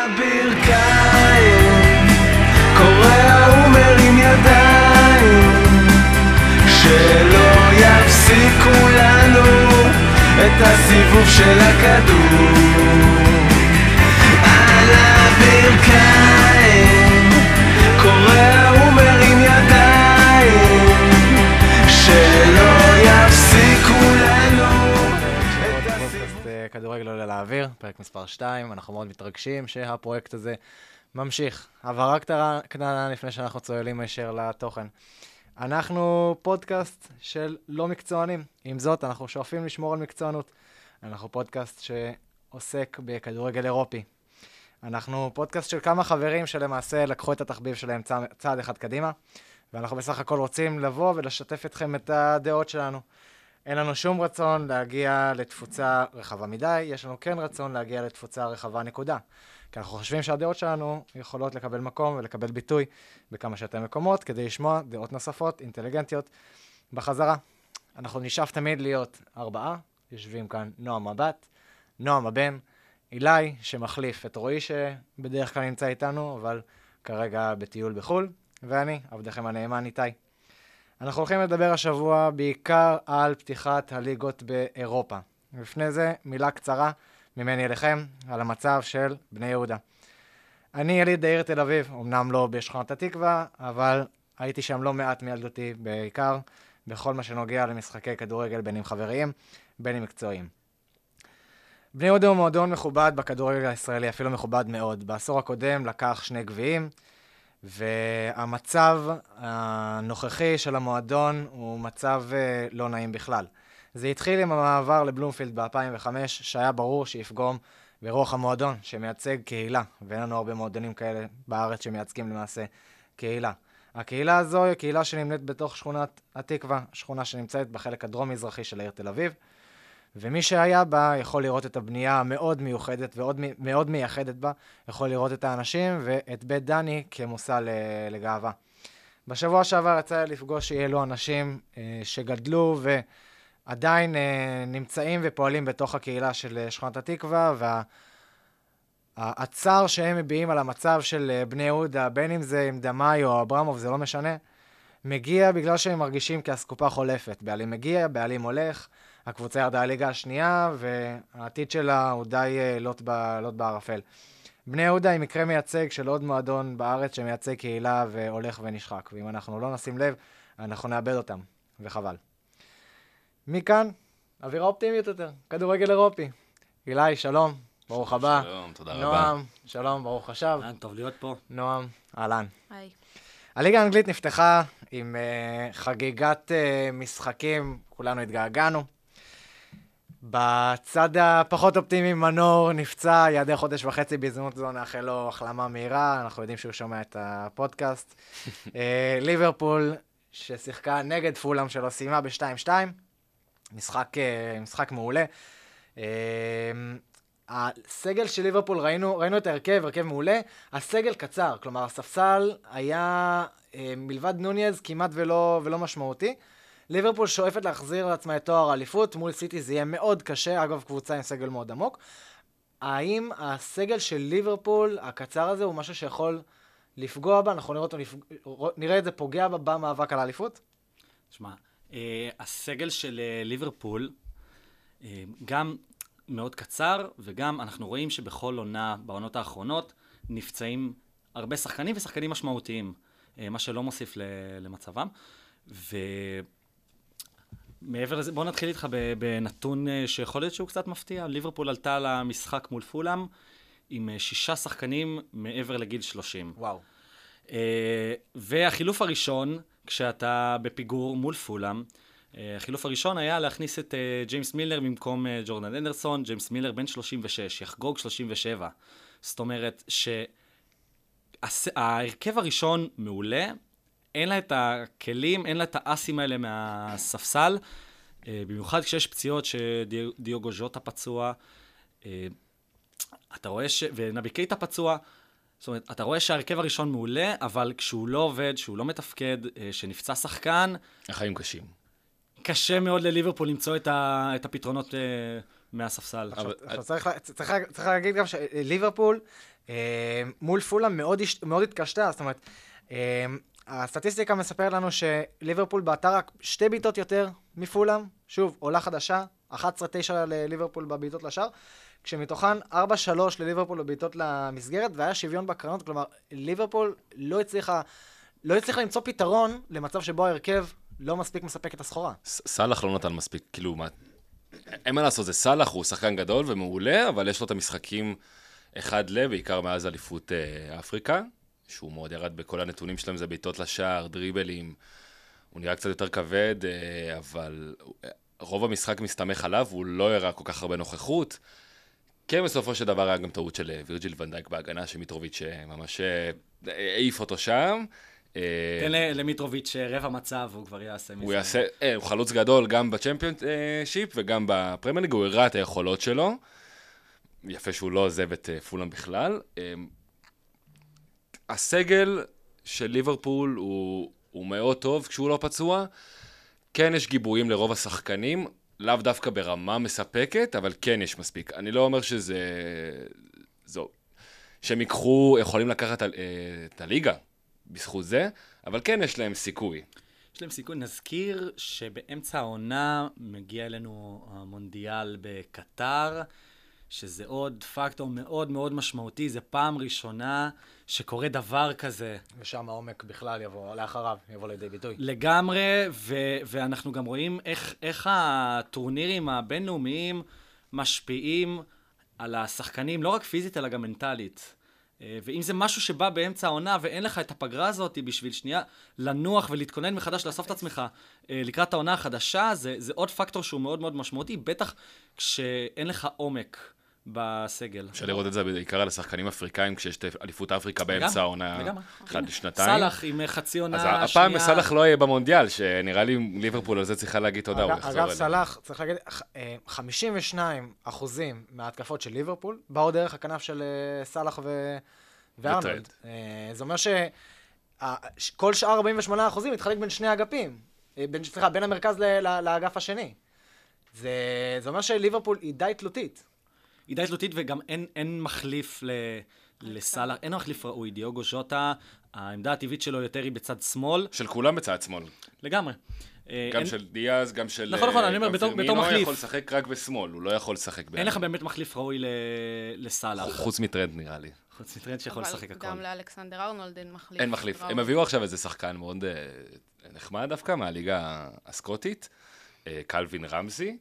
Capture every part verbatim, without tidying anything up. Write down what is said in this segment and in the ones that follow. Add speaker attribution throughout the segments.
Speaker 1: הברכיים, קורא ומרים ידיים, שלא יפסיקו לנו את הסיבוב של הכדור. על הברכיים, קורא ומרים ידיים, שלא יפסיקו לנו את הסיבוב.
Speaker 2: כדורגל עולה לאוויר, פרק מספר שתיים, אנחנו מאוד מתרגשים שהפרויקט הזה ממשיך. הבהרה קטנה לפני שאנחנו צוללים ישר לתוכן. אנחנו פודקאסט של לא מקצוענים. עם זאת, אנחנו שואפים לשמור על מקצוענות. אנחנו פודקאסט שעוסק בכדורגל אירופי. אנחנו פודקאסט של כמה חברים שלמעשה לקחו את התחביב שלהם צע, צעד אחד קדימה, ואנחנו בסך הכל רוצים לבוא ולשתף אתכם את הדעות שלנו. אין לנו שום רצון להגיע לתפוצה רחבה מדי, יש לנו כן רצון להגיע לתפוצה רחבה נקודה. כי אנחנו חושבים שהדעות שלנו יכולות לקבל מקום ולקבל ביטוי בכמה שיותר מקומות, כדי לשמוע דעות נוספות, אינטליגנטיות, בחזרה. אנחנו נשאף תמיד להיות ארבעה, יושבים כאן נועם הבת, נועם הבן, אילי שמחליף את רועי שבדרך כלל נמצא איתנו, אבל כרגע בטיול בחול, ואני, עבדכם הנאמן איתי. אנחנו הולכים לדבר השבוע בעיקר על פתיחת הליגות באירופה. לפני זה מילה קצרה ממני אליכם על המצב של בני יהודה. אני יליד העיר תל אביב, אמנם לא בשכונת התקווה, אבל הייתי שם לא מעט מילדותי בעיקר, בכל מה שנוגע למשחקי כדורגל בין אם חבריים, בין אם מקצועיים. בני יהודה הוא מועדון מכובד בכדורגל הישראלי, אפילו מכובד מאוד. בעשור הקודם לקח שני גביעים, והמצב הנוכחי של המועדון הוא מצב לא נעים בכלל. זה התחיל עם המעבר לבלומפילד ב-אלפיים וחמש, שהיה ברור שיפגום ברוח המועדון שמייצג קהילה, ואין לנו הרבה מועדונים כאלה בארץ שמייצגים למעשה קהילה. הקהילה הזו היא קהילה שנמנית בתוך שכונת התקווה, שכונה שנמצאת בחלק הדרום-מזרחי של העיר תל אביב, ומי שהיה בה יכול לראות את הבנייה המאוד מיוחדת ועוד מאוד מייחדת בה, יכול לראות את האנשים ואת בית דני כמושא לגאווה. בשבוע שעבר יצא לפגוש אלו אנשים אה, שגדלו ועדיין אה, נמצאים ופועלים בתוך הקהילה של שכונת התקווה, והצער שהם מביעים על המצב של בני יהודה, בין אם זה עם דמאי או אברמוב, זה לא משנה, מגיע בגלל שהם מרגישים כאסקופה חולפת. בעלים מגיע, בעלים הולך, הקבוצה ירדה הליגה השנייה, והעתיד שלה הוא די לוט בערפל. בני יהודה היא מקרה מייצג של עוד מועדון בארץ שמייצג קהילה והולך ונשחק, ואם אנחנו לא נשים לב, אנחנו נאבד אותם, וחבל. מכאן, אווירה אופטימית יותר, כדורגל אירופי. אילי, שלום, ברוך הבא.
Speaker 3: שלום, תודה רבה.
Speaker 2: נועם, שלום, ברוך השב.
Speaker 4: אהלן, טוב להיות פה.
Speaker 2: נועם, אהלן.
Speaker 5: היי.
Speaker 2: הליגה האנגלית נפתחה עם uh, חגיגת uh, משחקים, כולנו התגעגענו. בצד הפחות אופטימי מנור נפצע, יעדי חודש וחצי בהזדמנות זו נאחל לו החלמה מהירה, אנחנו יודעים שהוא שומע את הפודקאסט. uh, ליברפול ששיחקה נגד פולאם שלו סיימה ב-שתיים שתיים, משחק, uh, משחק מעולה. Uh, הסגל של ליברפול, ראינו, ראינו את ההרכב, הרכב מעולה, הסגל קצר, כלומר הספסל היה אה, מלבד נוניאז כמעט ולא, ולא משמעותי. ליברפול שואפת להחזיר לעצמה את תואר האליפות, מול סיטי זה יהיה מאוד קשה, אגב קבוצה עם סגל מאוד עמוק. האם הסגל של ליברפול, הקצר הזה, הוא משהו שיכול לפגוע בה, אנחנו נראה, אותו, נראה את זה פוגע בה במאבק על האליפות?
Speaker 4: תשמע, אה, הסגל של אה, ליברפול, אה, גם מאוד קצר, וגם אנחנו רואים שבכל עונה, בעונות האחרונות, נפצעים הרבה שחקנים ושחקנים משמעותיים, מה שלא מוסיף למצבם. ומעבר לזה, בואו נתחיל איתך בנתון שיכול להיות שהוא קצת מפתיע. ליברפול עלתה למשחק מול פולאם עם שישה שחקנים מעבר לגיל שלושים.
Speaker 2: וואו.
Speaker 4: והחילוף הראשון, כשאתה בפיגור מול פולאם, החילוף הראשון היה להכניס את ג'יימס מילר במקום ג'ורדן אנדרסון. ג'יימס מילר בן שלושים ושש, יחגוג שלושים ושבע. זאת אומרת שההרכב הראשון מעולה, אין לה את הכלים, אין לה את האסים האלה מהספסל, במיוחד כשיש פציעות שדיוגו ז'וטה פצוע, אתה רואה ש... ונבי קייטה פצוע, זאת אומרת, אתה רואה שההרכב הראשון מעולה, אבל כשהוא לא עובד, כשהוא לא מתפקד, שנפצע שחקן,
Speaker 3: החיים קשים.
Speaker 4: קשה מאוד לליברפול למצוא את, ה, את הפתרונות מהספסל.
Speaker 2: עכשיו, עכשיו צריך, צריך, צריך להגיד גם שליברפול אה, מול פולאם מאוד, מאוד התקשתה, זאת אומרת, אה, הסטטיסטיקה מספרת לנו שליברפול באתר רק שתי בעיטות יותר מפולאם, שוב, עולה חדשה, אחת עשרה תשע לליברפול בבעיטות לשער, כשמתוכן ארבע שלוש לליברפול בבעיטות למסגרת, והיה שוויון בקרנות, כלומר, ליברפול לא הצליחה, לא הצליחה למצוא פתרון למצב שבו ההרכב לא מספיק מספק את הסחורה.
Speaker 3: סלאח לא נתן מספיק, כאילו, מה... אין מה לעשות, זה סלאח, הוא שחקן גדול ומעולה, אבל יש לו את המשחקים אחד ל, בעיקר מאז אליפות אה, אפריקה, שהוא מאוד ירד בכל הנתונים שלהם, זה בעיטות לשער, דריבלים, הוא נראה קצת יותר כבד, אה, אבל רוב המשחק מסתמך עליו, הוא לא הראה כל כך הרבה נוכחות, כן בסופו של דבר היה גם טעות של וירג'יל ונדייק בהגנה, שמיטרוביץ' ממש העיף אותו שם,
Speaker 4: תן למיטרוביץ' רבע מצב, הוא כבר יעשה מזה.
Speaker 3: הוא יעשה, הוא חלוץ גדול גם בצ'מפיונשיפ וגם בפרמייר ליג, הוא הראה את היכולות שלו. יפה שהוא לא עוזב את פולאם בכלל. הסגל של ליברפול הוא, הוא מאוד טוב כשהוא לא פצוע. כן יש גיבויים לרוב השחקנים, לאו דווקא ברמה מספקת, אבל כן יש מספיק. אני לא אומר שזה... זו, שהם ייקחו, יכולים לקחת את הליגה. בזכות זה, אבל כן יש להם סיכוי.
Speaker 4: יש להם סיכוי. נזכיר שבאמצע העונה מגיע אלינו המונדיאל בקטר, שזה עוד פקטור מאוד מאוד משמעותי, זה פעם ראשונה שקורה דבר כזה.
Speaker 2: ושם העומק בכלל יבוא, לאחריו, יבוא לידי ביטוי.
Speaker 4: לגמרי, ו- ואנחנו גם רואים איך, איך הטורנירים הבינלאומיים משפיעים על השחקנים, לא רק פיזית, אלא גם מנטלית. ואם זה משהו שבא באמצע העונה ואין לך את הפגרה הזאת בשביל שנייה לנוח ולהתכונן מחדש, לאסוף את עצמך לקראת העונה החדשה, זה, זה עוד פקטור שהוא מאוד מאוד משמעותי, בטח כשאין לך עומק בסגל.
Speaker 3: אפשר לראות את זה בעיקר על השחקנים אפריקאים, כשיש אליפות אפריקה באמצע העונה אחד לשנתיים.
Speaker 4: סלאח עם חצי עונה שנייה.
Speaker 3: אז הפעם סלאח לא יהיה במונדיאל, שנראה לי ליברפול על זה צריכה להגיד תודה.
Speaker 2: אגב, סלאח, צריך להגיד, חמישים ושניים אחוזים מההתקפות של ליברפול באו דרך הכנף של סלאח וארנולד. זה אומר שכל שאר ארבעים ושמונה אחוזים מתחלק בין שני אגפים, סליחה, בין המרכז לאגף השני. זה אומר שליברפול היא די תלותית.
Speaker 4: היא די תלותית וגם אין, אין מחליף ל, לסלאח, אין מחליף ראוי. דיוגו ז'וטה, העמדה הטבעית שלו יותר היא בצד שמאל.
Speaker 3: של כולם בצד שמאל.
Speaker 4: לגמרי.
Speaker 3: גם אין... של דיאז, גם של...
Speaker 4: נכון, נכון, אני אומר, בתור, בתור מחליף.
Speaker 3: הוא יכול לשחק רק בשמאל, הוא לא יכול לשחק באמצע.
Speaker 4: אין לך באמת מחליף ראוי לסלאח.
Speaker 3: חוץ מטרנד נראה לי.
Speaker 4: חוץ מטרנד שיכול לשחק הכל.
Speaker 5: אבל גם לאלכסנדר ארנולד אין מחליף.
Speaker 3: אין מחליף. הם הביאו עכשיו איזה שחקן מאוד נחמד דווקא, מהליגה הסקוטית, קלווין רמזי.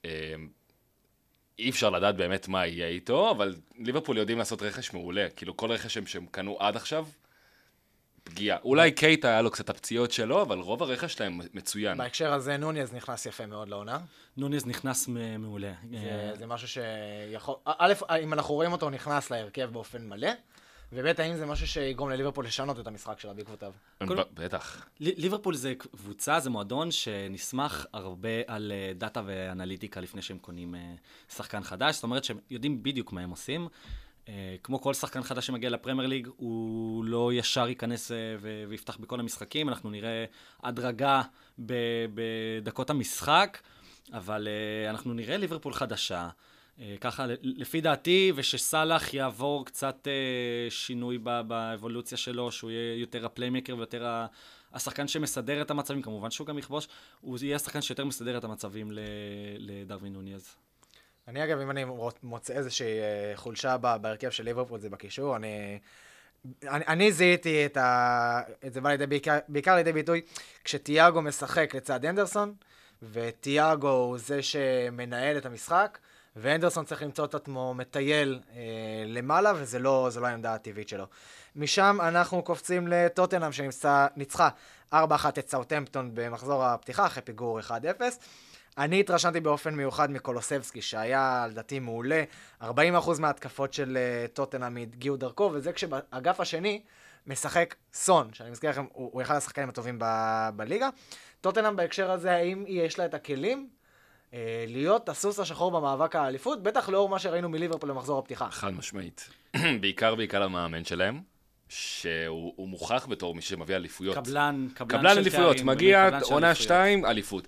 Speaker 3: אי אפשר לדעת באמת מה יהיה איתו, אבל ליברפול יודעים לעשות רכש מעולה. כאילו כל רכש שהם קנו עד עכשיו, פגיעה. אולי קייטה היה לו קצת הפציעות שלו, אבל רוב הרכש שלהם מצוין.
Speaker 2: בהקשר הזה נוניז נכנס יפה מאוד לעונה.
Speaker 4: נוניז נכנס מעולה.
Speaker 2: זה, זה משהו שיכול... א', אם אנחנו רואים אותו, הוא נכנס להרכב באופן מלא, וב' האם זה משהו שיגרום לליברפול לשנות את המשחק שלה בעקבותיו?
Speaker 3: בטח.
Speaker 4: ליברפול זה קבוצה, זה מועדון שנסמך הרבה על דאטה ואנליטיקה לפני שהם קונים שחקן חדש, זאת אומרת שהם יודעים בדיוק מה הם עושים. כמו כל שחקן חדש שמגיע לפרמייר ליג, הוא לא ישר ייכנס ויפתח בכל המשחקים, אנחנו נראה הדרגה בדקות המשחק, אבל אנחנו נראה ליברפול חדשה. ככה, לפי דעתי, ושסלאח יעבור קצת שינוי באבולוציה שלו, שהוא יהיה יותר הפליימקר ויותר השחקן שמסדר את המצבים, כמובן שהוא גם יכבוש, הוא יהיה השחקן שיותר מסדר את המצבים לדרווין נוניז.
Speaker 2: אני אגב, אם אני מוצא איזושהי חולשה בהרכב של ליברפול, זה בקישור, אני... אני, אני זיהיתי את, ה... את זה בא לידי בעיקר, בעיקר לידי ביטוי, כשתיאגו משחק לצד אנדרסון, ותיאגו הוא זה שמנהל את המשחק, ואנדרסון צריך למצוא את עצמו מטייל אה, למעלה, וזה לא, זה לא העמדה הטבעית שלו. משם אנחנו קופצים לטוטנהאם, שניצחה ארבע אחת את סאות'המפטון במחזור הפתיחה, אחרי פיגור אחד אפס. אני התרשמתי באופן מיוחד מקולוסבסקי, שהיה לדעתי מעולה, ארבעים אחוז מההתקפות של uh, טוטנהאם הגיעו דרכו, וזה כשבאגף השני משחק סון, שאני מזכיר לכם, הוא, הוא אחד השחקנים הטובים ב- בליגה. טוטנהאם בהקשר הזה, האם יש לה את הכלים uh, להיות הסוס השחור במאבק האליפות? בטח לאור מה שראינו מליברפול למחזור הפתיחה.
Speaker 3: חד משמעית. בעיקר בעיקר המאמן שלהם, שהוא מוכח בתור מי שמביא אליפויות.
Speaker 4: קבלן,
Speaker 3: קבלן אליפויות, מגיע עונה שתיים, אליפות.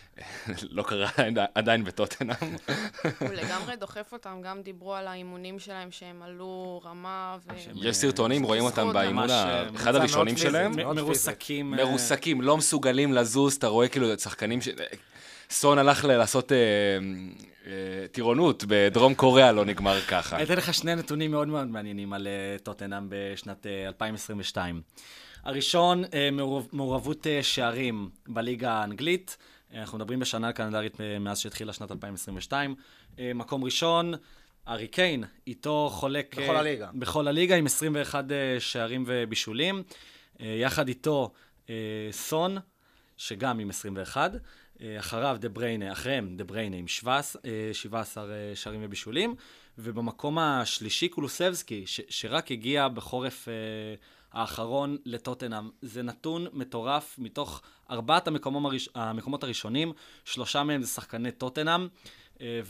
Speaker 3: לא קרה עדיין בטוטנהאם.
Speaker 5: הוא לגמרי דוחף אותם, גם דיברו על האימונים שלהם שהם עלו רמה ו...
Speaker 3: יש סרטונים, רואים אותם
Speaker 5: זכות,
Speaker 3: באימון,
Speaker 4: ממש,
Speaker 3: ה-
Speaker 4: אה,
Speaker 3: אחד הראשונים
Speaker 2: מאוד פיזית,
Speaker 3: שלהם.
Speaker 2: מאוד
Speaker 4: מרוסקים. אה,
Speaker 3: מרוסקים, לא מסוגלים לזוז, אתה רואה כאילו שחקנים ש... סון הלך ל- לעשות אה, אה, טירונות בדרום קוריאה, לא נגמר ככה.
Speaker 4: אני אתן לך שני נתונים מאוד מאוד מעניינים על אה, טוטנהאם בשנת אה, אלפיים עשרים ושתיים. הראשון, אה, מעורב- מעורבות אה, שערים בליגה האנגלית. אה, אנחנו מדברים בשנה קלנדרית אה, מאז שהתחילה שנת אלפיים עשרים ושתיים. אה, מקום ראשון, ארי קיין, איתו חולק... אה,
Speaker 2: בכל הליגה.
Speaker 4: בכל הליגה, עם עשרים ואחד אה, שערים ובישולים. אה, יחד איתו אה, סון, שגם עם עשרים ואחד. אה, אחריו דה בריינה, אחריהם דה בריינה עם שבע עשרה, אה, שבע עשרה אה, שערים ובישולים. ובמקום השלישי קולוסבסקי, ש- שרק הגיע בחורף אה, האחרון לטוטנהאם. זה נתון מטורף מתוך ארבעת המקומות, הראש... המקומות הראשונים, שלושה מהם זה שחקני טוטנהאם, אה,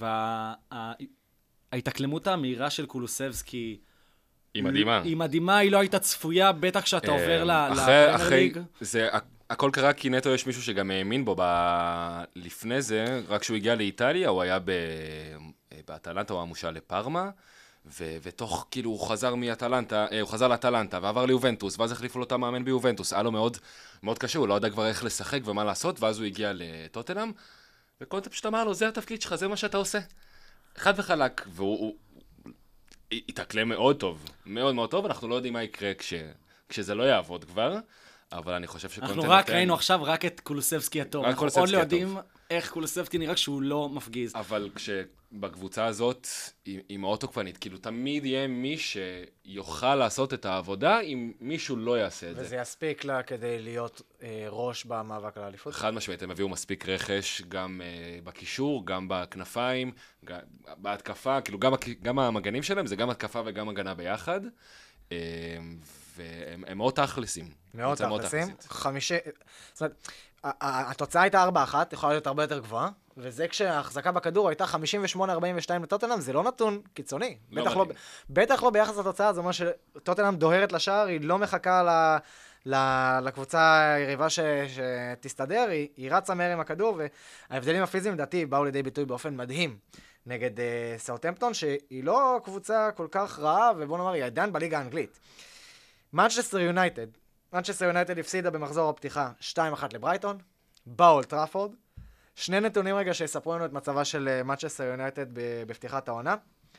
Speaker 4: וההתאקלמות המהירה של קולוסבסקי
Speaker 3: היא מדהימה.
Speaker 4: היא מדהימה, היא לא הייתה צפויה, בטח כשאתה עובר ל-
Speaker 3: אחרי,
Speaker 4: לפרמייר
Speaker 3: אחרי,
Speaker 4: ליג.
Speaker 3: זה, הכל קרה כי נטו יש מישהו שגם האמין בו ב... לפני זה, רק כשהוא הגיע לאיטליה, הוא היה ב... באטלנטה, הוא המושל לפרמה, ו... ותוך, כאילו, הוא חזר מאטלנטה, הוא חזר לאטלנטה ועבר ליובנטוס, ואז החליפו לו את המאמן ביובנטוס, היה לו מאוד, מאוד קשה, הוא לא ידע כבר איך לשחק ומה לעשות, ואז הוא הגיע לטוטנהאם, וקונטה פשוט אמר לו, זה התפקיד שלך, זה מה שאתה עושה. חד וחלק, והוא הוא... התאקלם מאוד טוב, מאוד מאוד טוב, אנחנו לא יודעים מה יקרה כש... כשזה לא יעבוד כבר, אבל אני חושב שקונטה
Speaker 4: אנחנו רק ראינו עכשיו רק את קולוסבסקי הטוב.
Speaker 3: רק
Speaker 4: אנחנו
Speaker 3: קולוסבסקי
Speaker 4: עוד לא
Speaker 3: הטוב.
Speaker 4: יודעים איך קולוסבסקי נראה כשהוא לא מפגיז.
Speaker 3: אבל כשבקבוצה הזאת, היא, היא מאוד תוקפנית, כאילו תמיד יהיה מי שיוכל לעשות את העבודה, אם מישהו לא יעשה את זה.
Speaker 2: וזה יספיק לה כדי להיות אה, ראש במאבק על האליפות.
Speaker 3: חד משמעית, הם הביאו מספיק רכש, גם uh, בקישור, גם בכנפיים, גם, בהתקפה, כאילו גם, גם המגנים שלהם, זה גם התקפה וגם הגנה ביחד, uh, והם הם מאוד תכלסים.
Speaker 2: מאוד
Speaker 3: קבוצה
Speaker 2: תכלסים.
Speaker 3: תכלסית.
Speaker 2: חמישי... זאת אומרת, ה- ה- התוצאה הייתה ארבע אחת, יכולה להיות הרבה יותר גבוהה, וזה כשההחזקה בכדור הייתה חמישים ושמונה ארבעים ושתיים לטוטנהאם, זה לא נתון קיצוני.
Speaker 3: לא
Speaker 2: בטח, לא,
Speaker 3: מדהים.
Speaker 2: בטח לא ביחס לתוצאה, זה אומר שטוטנהאם דוהרת לשער, היא לא מחכה ל... ל- לקבוצה היריבה ש... שתסתדר, היא, היא רצה מהר עם הכדור, וההבדלים הפיזיים לדעתי באו לידי ביטוי באופן מדהים נגד uh, סאוטהמפטון, שהיא לא קבוצה כל כך רעה, ובוא נאמר, היא עדיין בליגה האנגלית. מנצ'סטר יונייטד, מנצ'סטר יונייטד הפסידה במחזור הפתיחה שתיים אחת לברייטון, באולד טראפורד. שני נתונים רגע שיספרו לנו את מצבה של מנצ'סטר יונייטד בפתיחת העונה.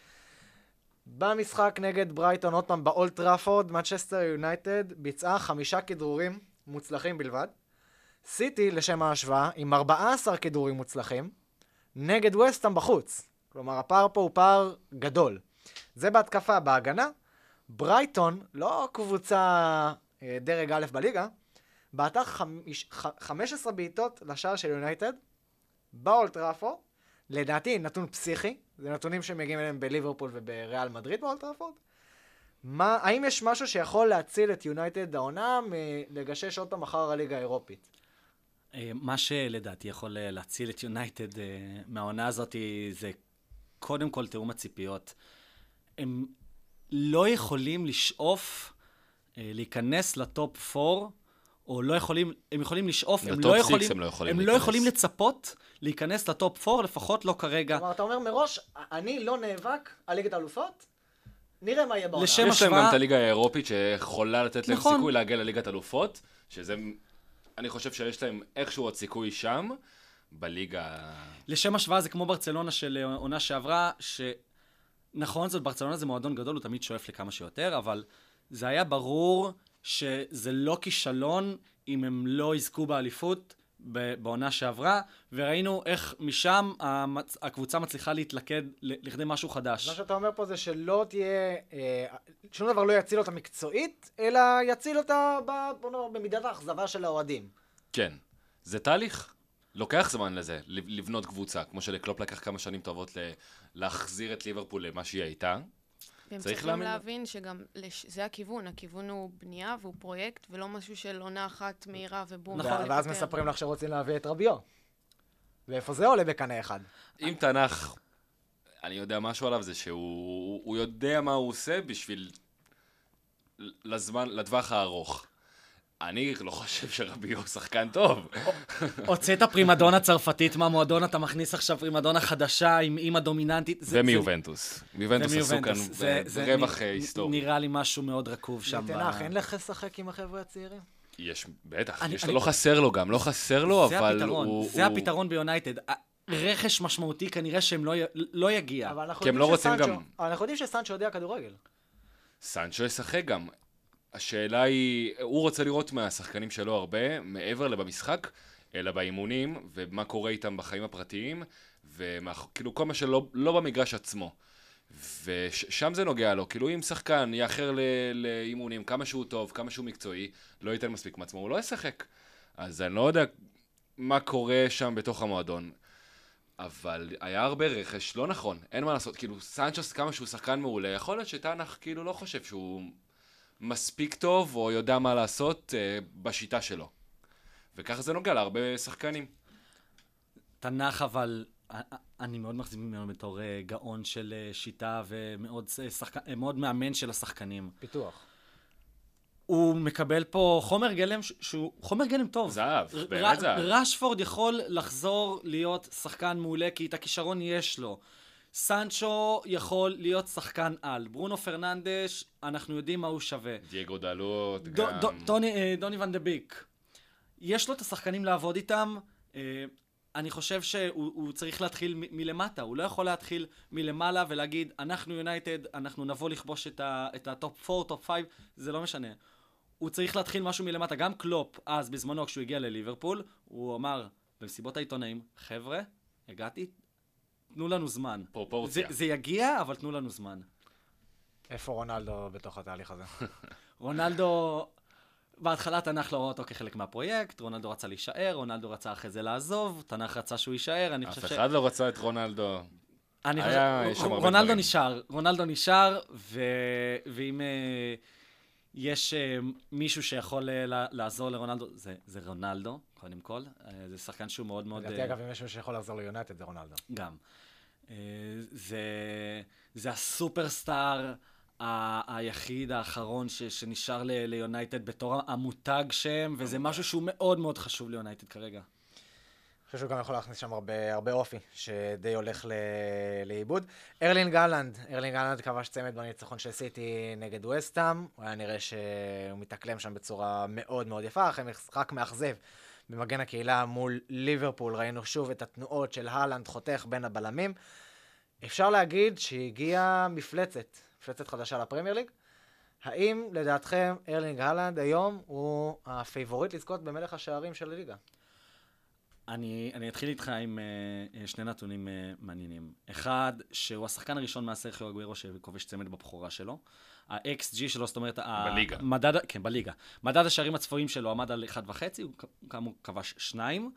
Speaker 2: במשחק נגד ברייטון, עוד פעם באולד טראפורד, מנצ'סטר יונייטד ביצעה חמישה כדרורים מוצלחים בלבד. סיטי, לשם ההשוואה, עם ארבעה עשר כדרורים מוצלחים, נגד וסטהאם בחוץ. כלומר, הפער פה הוא פער גדול. זה בהתקפה. בהגנה, ברייטון, לא קבוצה אה, דרג א' בליגה, בעטה חמיש, ח, חמש עשרה בעיטות לשער של יונייטד, באולד טראפורד, לדעתי נתון פסיכי, זה נתונים שמגיעים אליהם בליברפול ובריאל מדריד באולד טראפורד. מה, האם יש משהו שיכול להציל את יונייטד העונה מלגשש עוד פעם אחר הליגה האירופית?
Speaker 4: אה, מה שלדעתי יכול אה, להציל את יונייטד אה, מהעונה הזאת זה קודם כל תיאום הציפיות. הם לא יכולים לשאוף אה, להיכנס לטופ ארבע, או לא יכולים, הם יכולים לשאוף, הם
Speaker 3: לטופ
Speaker 4: לא
Speaker 3: סיקס
Speaker 4: יכולים,
Speaker 3: הם לא יכולים
Speaker 4: הם לא
Speaker 3: להיכנס.
Speaker 4: יכולים לצפות להיכנס לטופ ארבע, לפחות לא כרגע.
Speaker 2: כלומר, אתה אומר מראש, אני לא נאבק על ליגת האלופות, נראה מה יהיה בעונה.
Speaker 4: לשם
Speaker 3: יש להם
Speaker 4: השוואה-
Speaker 3: גם את הליגה האירופית שיכולה לתת להם
Speaker 4: נכון.
Speaker 3: סיכוי להגיע לליגת אלופות, שזה, אני חושב שיש להם איכשהו עוד סיכוי שם, בליגה...
Speaker 4: לשם השוואה זה כמו ברצלונה של אה, עונה שעברה, שנכון, זאת ברצלונה זה מועדון גדול, הוא תמיד שואף לכמה שיותר, אבל זה היה ברור שזה לא כישלון אם הם לא יזכו באליפות ב- בעונה שעברה, וראינו איך משם המצ... הקבוצה מצליחה להתלכד ל- לכדי משהו חדש.
Speaker 2: מה שאתה אומר פה זה שלא תהיה, אה, שום דבר לא יציל אותה מקצועית, אלא יציל אותה ב, בוא נאמר, במידת האכזבה של האוהדים.
Speaker 3: כן. זה תהליך. לוקח זמן לזה, לב- לבנות קבוצה, כמו שלקלופ לקח כמה שנים טובות ל- להחזיר את ליברפול למה שהיא הייתה.
Speaker 5: והם
Speaker 3: צריך
Speaker 5: צריכים
Speaker 3: להאמין.
Speaker 5: להבין שגם לש... זה הכיוון, הכיוון הוא בנייה והוא פרויקט, ולא משהו של עונה אחת מהירה ובום.
Speaker 4: נכון.
Speaker 5: יכול
Speaker 2: ואז
Speaker 5: לפטר.
Speaker 2: מספרים לך שרוצים להביא את רביו. ואיפה זה עולה בקנה אחד?
Speaker 3: אם תנ"ך, אני יודע משהו עליו, זה שהוא הוא יודע מה הוא עושה בשביל לזמן, לטווח הארוך. אני לא חושב שרביו הוא שחקן טוב.
Speaker 4: הוצאת פרימדונה צרפתית מהמועדון, אתה מכניס עכשיו פרימדונה חדשה עם אימא דומיננטית.
Speaker 3: ומיובנטוס. מיובנטוס עשו כאן
Speaker 4: זה- זה
Speaker 3: רווח
Speaker 4: נ-
Speaker 3: היסטורי.
Speaker 4: נראה לי משהו מאוד רקוב שם.
Speaker 2: תנח, אין לך לשחק עם החבר'ה הצעירים?
Speaker 3: יש, בטח,
Speaker 4: אני-
Speaker 3: יש
Speaker 4: אני-
Speaker 3: לו, לא חסר לו גם, לא חסר לו,
Speaker 4: זה
Speaker 3: אבל
Speaker 4: הפתרון,
Speaker 3: הוא...
Speaker 4: זה
Speaker 3: הוא-
Speaker 4: הפתרון ביונייטד. רכש משמעותי כנראה שהם לא י- לא יגיע.
Speaker 2: אבל אנחנו
Speaker 3: כי הם
Speaker 2: יודעים
Speaker 3: לא רוצים
Speaker 2: שסנצ'ו-
Speaker 3: גם-
Speaker 2: אבל אנחנו יודעים שסנצ'ו יודע כדורגל.
Speaker 3: סנצ'ו ישחק גם. השאלה היא, הוא רוצה לראות מהשחקנים שלו הרבה, מעבר לבמשחק, אלא באימונים, ומה קורה איתם בחיים הפרטיים, וכאילו כל מה שלא לא במגרש עצמו. ושם זה נוגע לו, כאילו אם שחקן יאחר ל- לאימונים, כמה שהוא טוב, כמה שהוא מקצועי, לא ייתן מספיק מעצמו, הוא לא ישחק. אז אני לא יודע מה קורה שם בתוך המועדון. אבל היה הרבה רכש, לא נכון, אין מה לעשות, כאילו סנצ'וס כמה שהוא שחקן מעולה, יכול להיות שטנח כאילו לא חושב שהוא מספיק טוב או יודע מה לעשות אה, בשיטה שלו. וככה זה נוגע להרבה שחקנים.
Speaker 4: תנח אבל, אני מאוד מחזיק ממנו בתור אה, גאון של אה, שיטה ומאוד אה, שחקן, אה, מאוד מאמן של השחקנים.
Speaker 2: פיתוח.
Speaker 4: הוא מקבל פה חומר גלם ש- שהוא חומר גלם טוב.
Speaker 3: זהב,
Speaker 4: ר-
Speaker 3: באמת
Speaker 4: ר-
Speaker 3: זהב.
Speaker 4: רשפורד יכול לחזור להיות שחקן מעולה, כי את הכישרון יש לו. סנצ'ו יכול להיות שחקן על. ברונו פרננדש, אנחנו יודעים מה הוא שווה.
Speaker 3: דייגו דלות,
Speaker 4: דו-
Speaker 3: גם...
Speaker 4: דו- טוני, אה, דוני ון דה ביק. יש לו את השחקנים לעבוד איתם. אה, אני חושב שהוא הוא צריך להתחיל מ- מלמטה. הוא לא יכול להתחיל מלמעלה ולהגיד, אנחנו יונייטד, אנחנו נבוא לכבוש את ה- את הטופ ארבע, טופ חמש, זה לא משנה. הוא צריך להתחיל משהו מלמטה. גם קלופ, אז בזמנו כשהוא הגיע לליברפול, הוא אמר במסיבות העיתונאים, חבר'ה, הגעתי, תנו לנו זמן.
Speaker 3: פרופורציה.
Speaker 4: זה, זה יגיע, אבל תנו לנו זמן.
Speaker 2: איפה רונלדו בתוך התהליך הזה?
Speaker 4: רונלדו, בהתחלה תנח לא ראה אותו כחלק מהפרויקט, רונלדו רצה להישאר, רונלדו רצה אחרי זה לעזוב, תנח רצה שהוא יישאר, אני
Speaker 3: אף
Speaker 4: חושב ש...
Speaker 3: אחד לא רצה את רונלדו.
Speaker 4: אני
Speaker 3: היה-
Speaker 4: חושב...
Speaker 3: יש שם הרבה
Speaker 4: רונלדו
Speaker 3: דברים.
Speaker 4: נשאר, רונלדו נשאר, ו... ואם אה, יש אה, מישהו שיכול אה, לה- לעזור לרונלדו, זה, זה רונלדו, קודם כל. אה, זה שחקן שהוא מאוד מאוד...
Speaker 2: לדעתי
Speaker 4: אה,
Speaker 2: אגב, אם יש מישהו שיכול לעזור ליונייטד זה רונלדו.
Speaker 4: גם. אה, זה, זה הסופרסטאר ה- היחיד, האחרון ש, שנשאר ל- ליונייטד בתור המותג שם, וזה משהו שהוא מאוד מאוד חשוב ליונייטד כרגע.
Speaker 2: אני חושב שהוא גם יכול להכניס שם הרבה, הרבה אופי, שדי הולך ל... לאיבוד. ארלינג אהלנד, ארלינג אהלנד כבש צמד בניצחון של סיטי נגד ווסטהאם, הוא היה נראה שהוא מתאקלם שם בצורה מאוד מאוד יפה, אחרי משחק מאכזב במגן הקהילה מול ליברפול, ראינו שוב את התנועות של אהלנד חותך בין הבלמים. אפשר להגיד שהגיעה מפלצת, מפלצת חדשה לפרמייר ליג. האם לדעתכם ארלינג אהלנד היום הוא הפייבוריט לזכות במלך השערים של הליגה?
Speaker 4: אני, אני אתחיל איתך עם uh, שני נתונים uh, מעניינים. אחד, שהוא השחקן הראשון מהסרחיו אגוארו שכובש צמד בבחורה שלו. ה-אקס ג'י שלו, זאת אומרת...
Speaker 3: בליגה.
Speaker 4: המדד, כן, בליגה. מדד השערים הצפויים שלו עמד על אחד וחצי, הוא כאמור כבש שניים,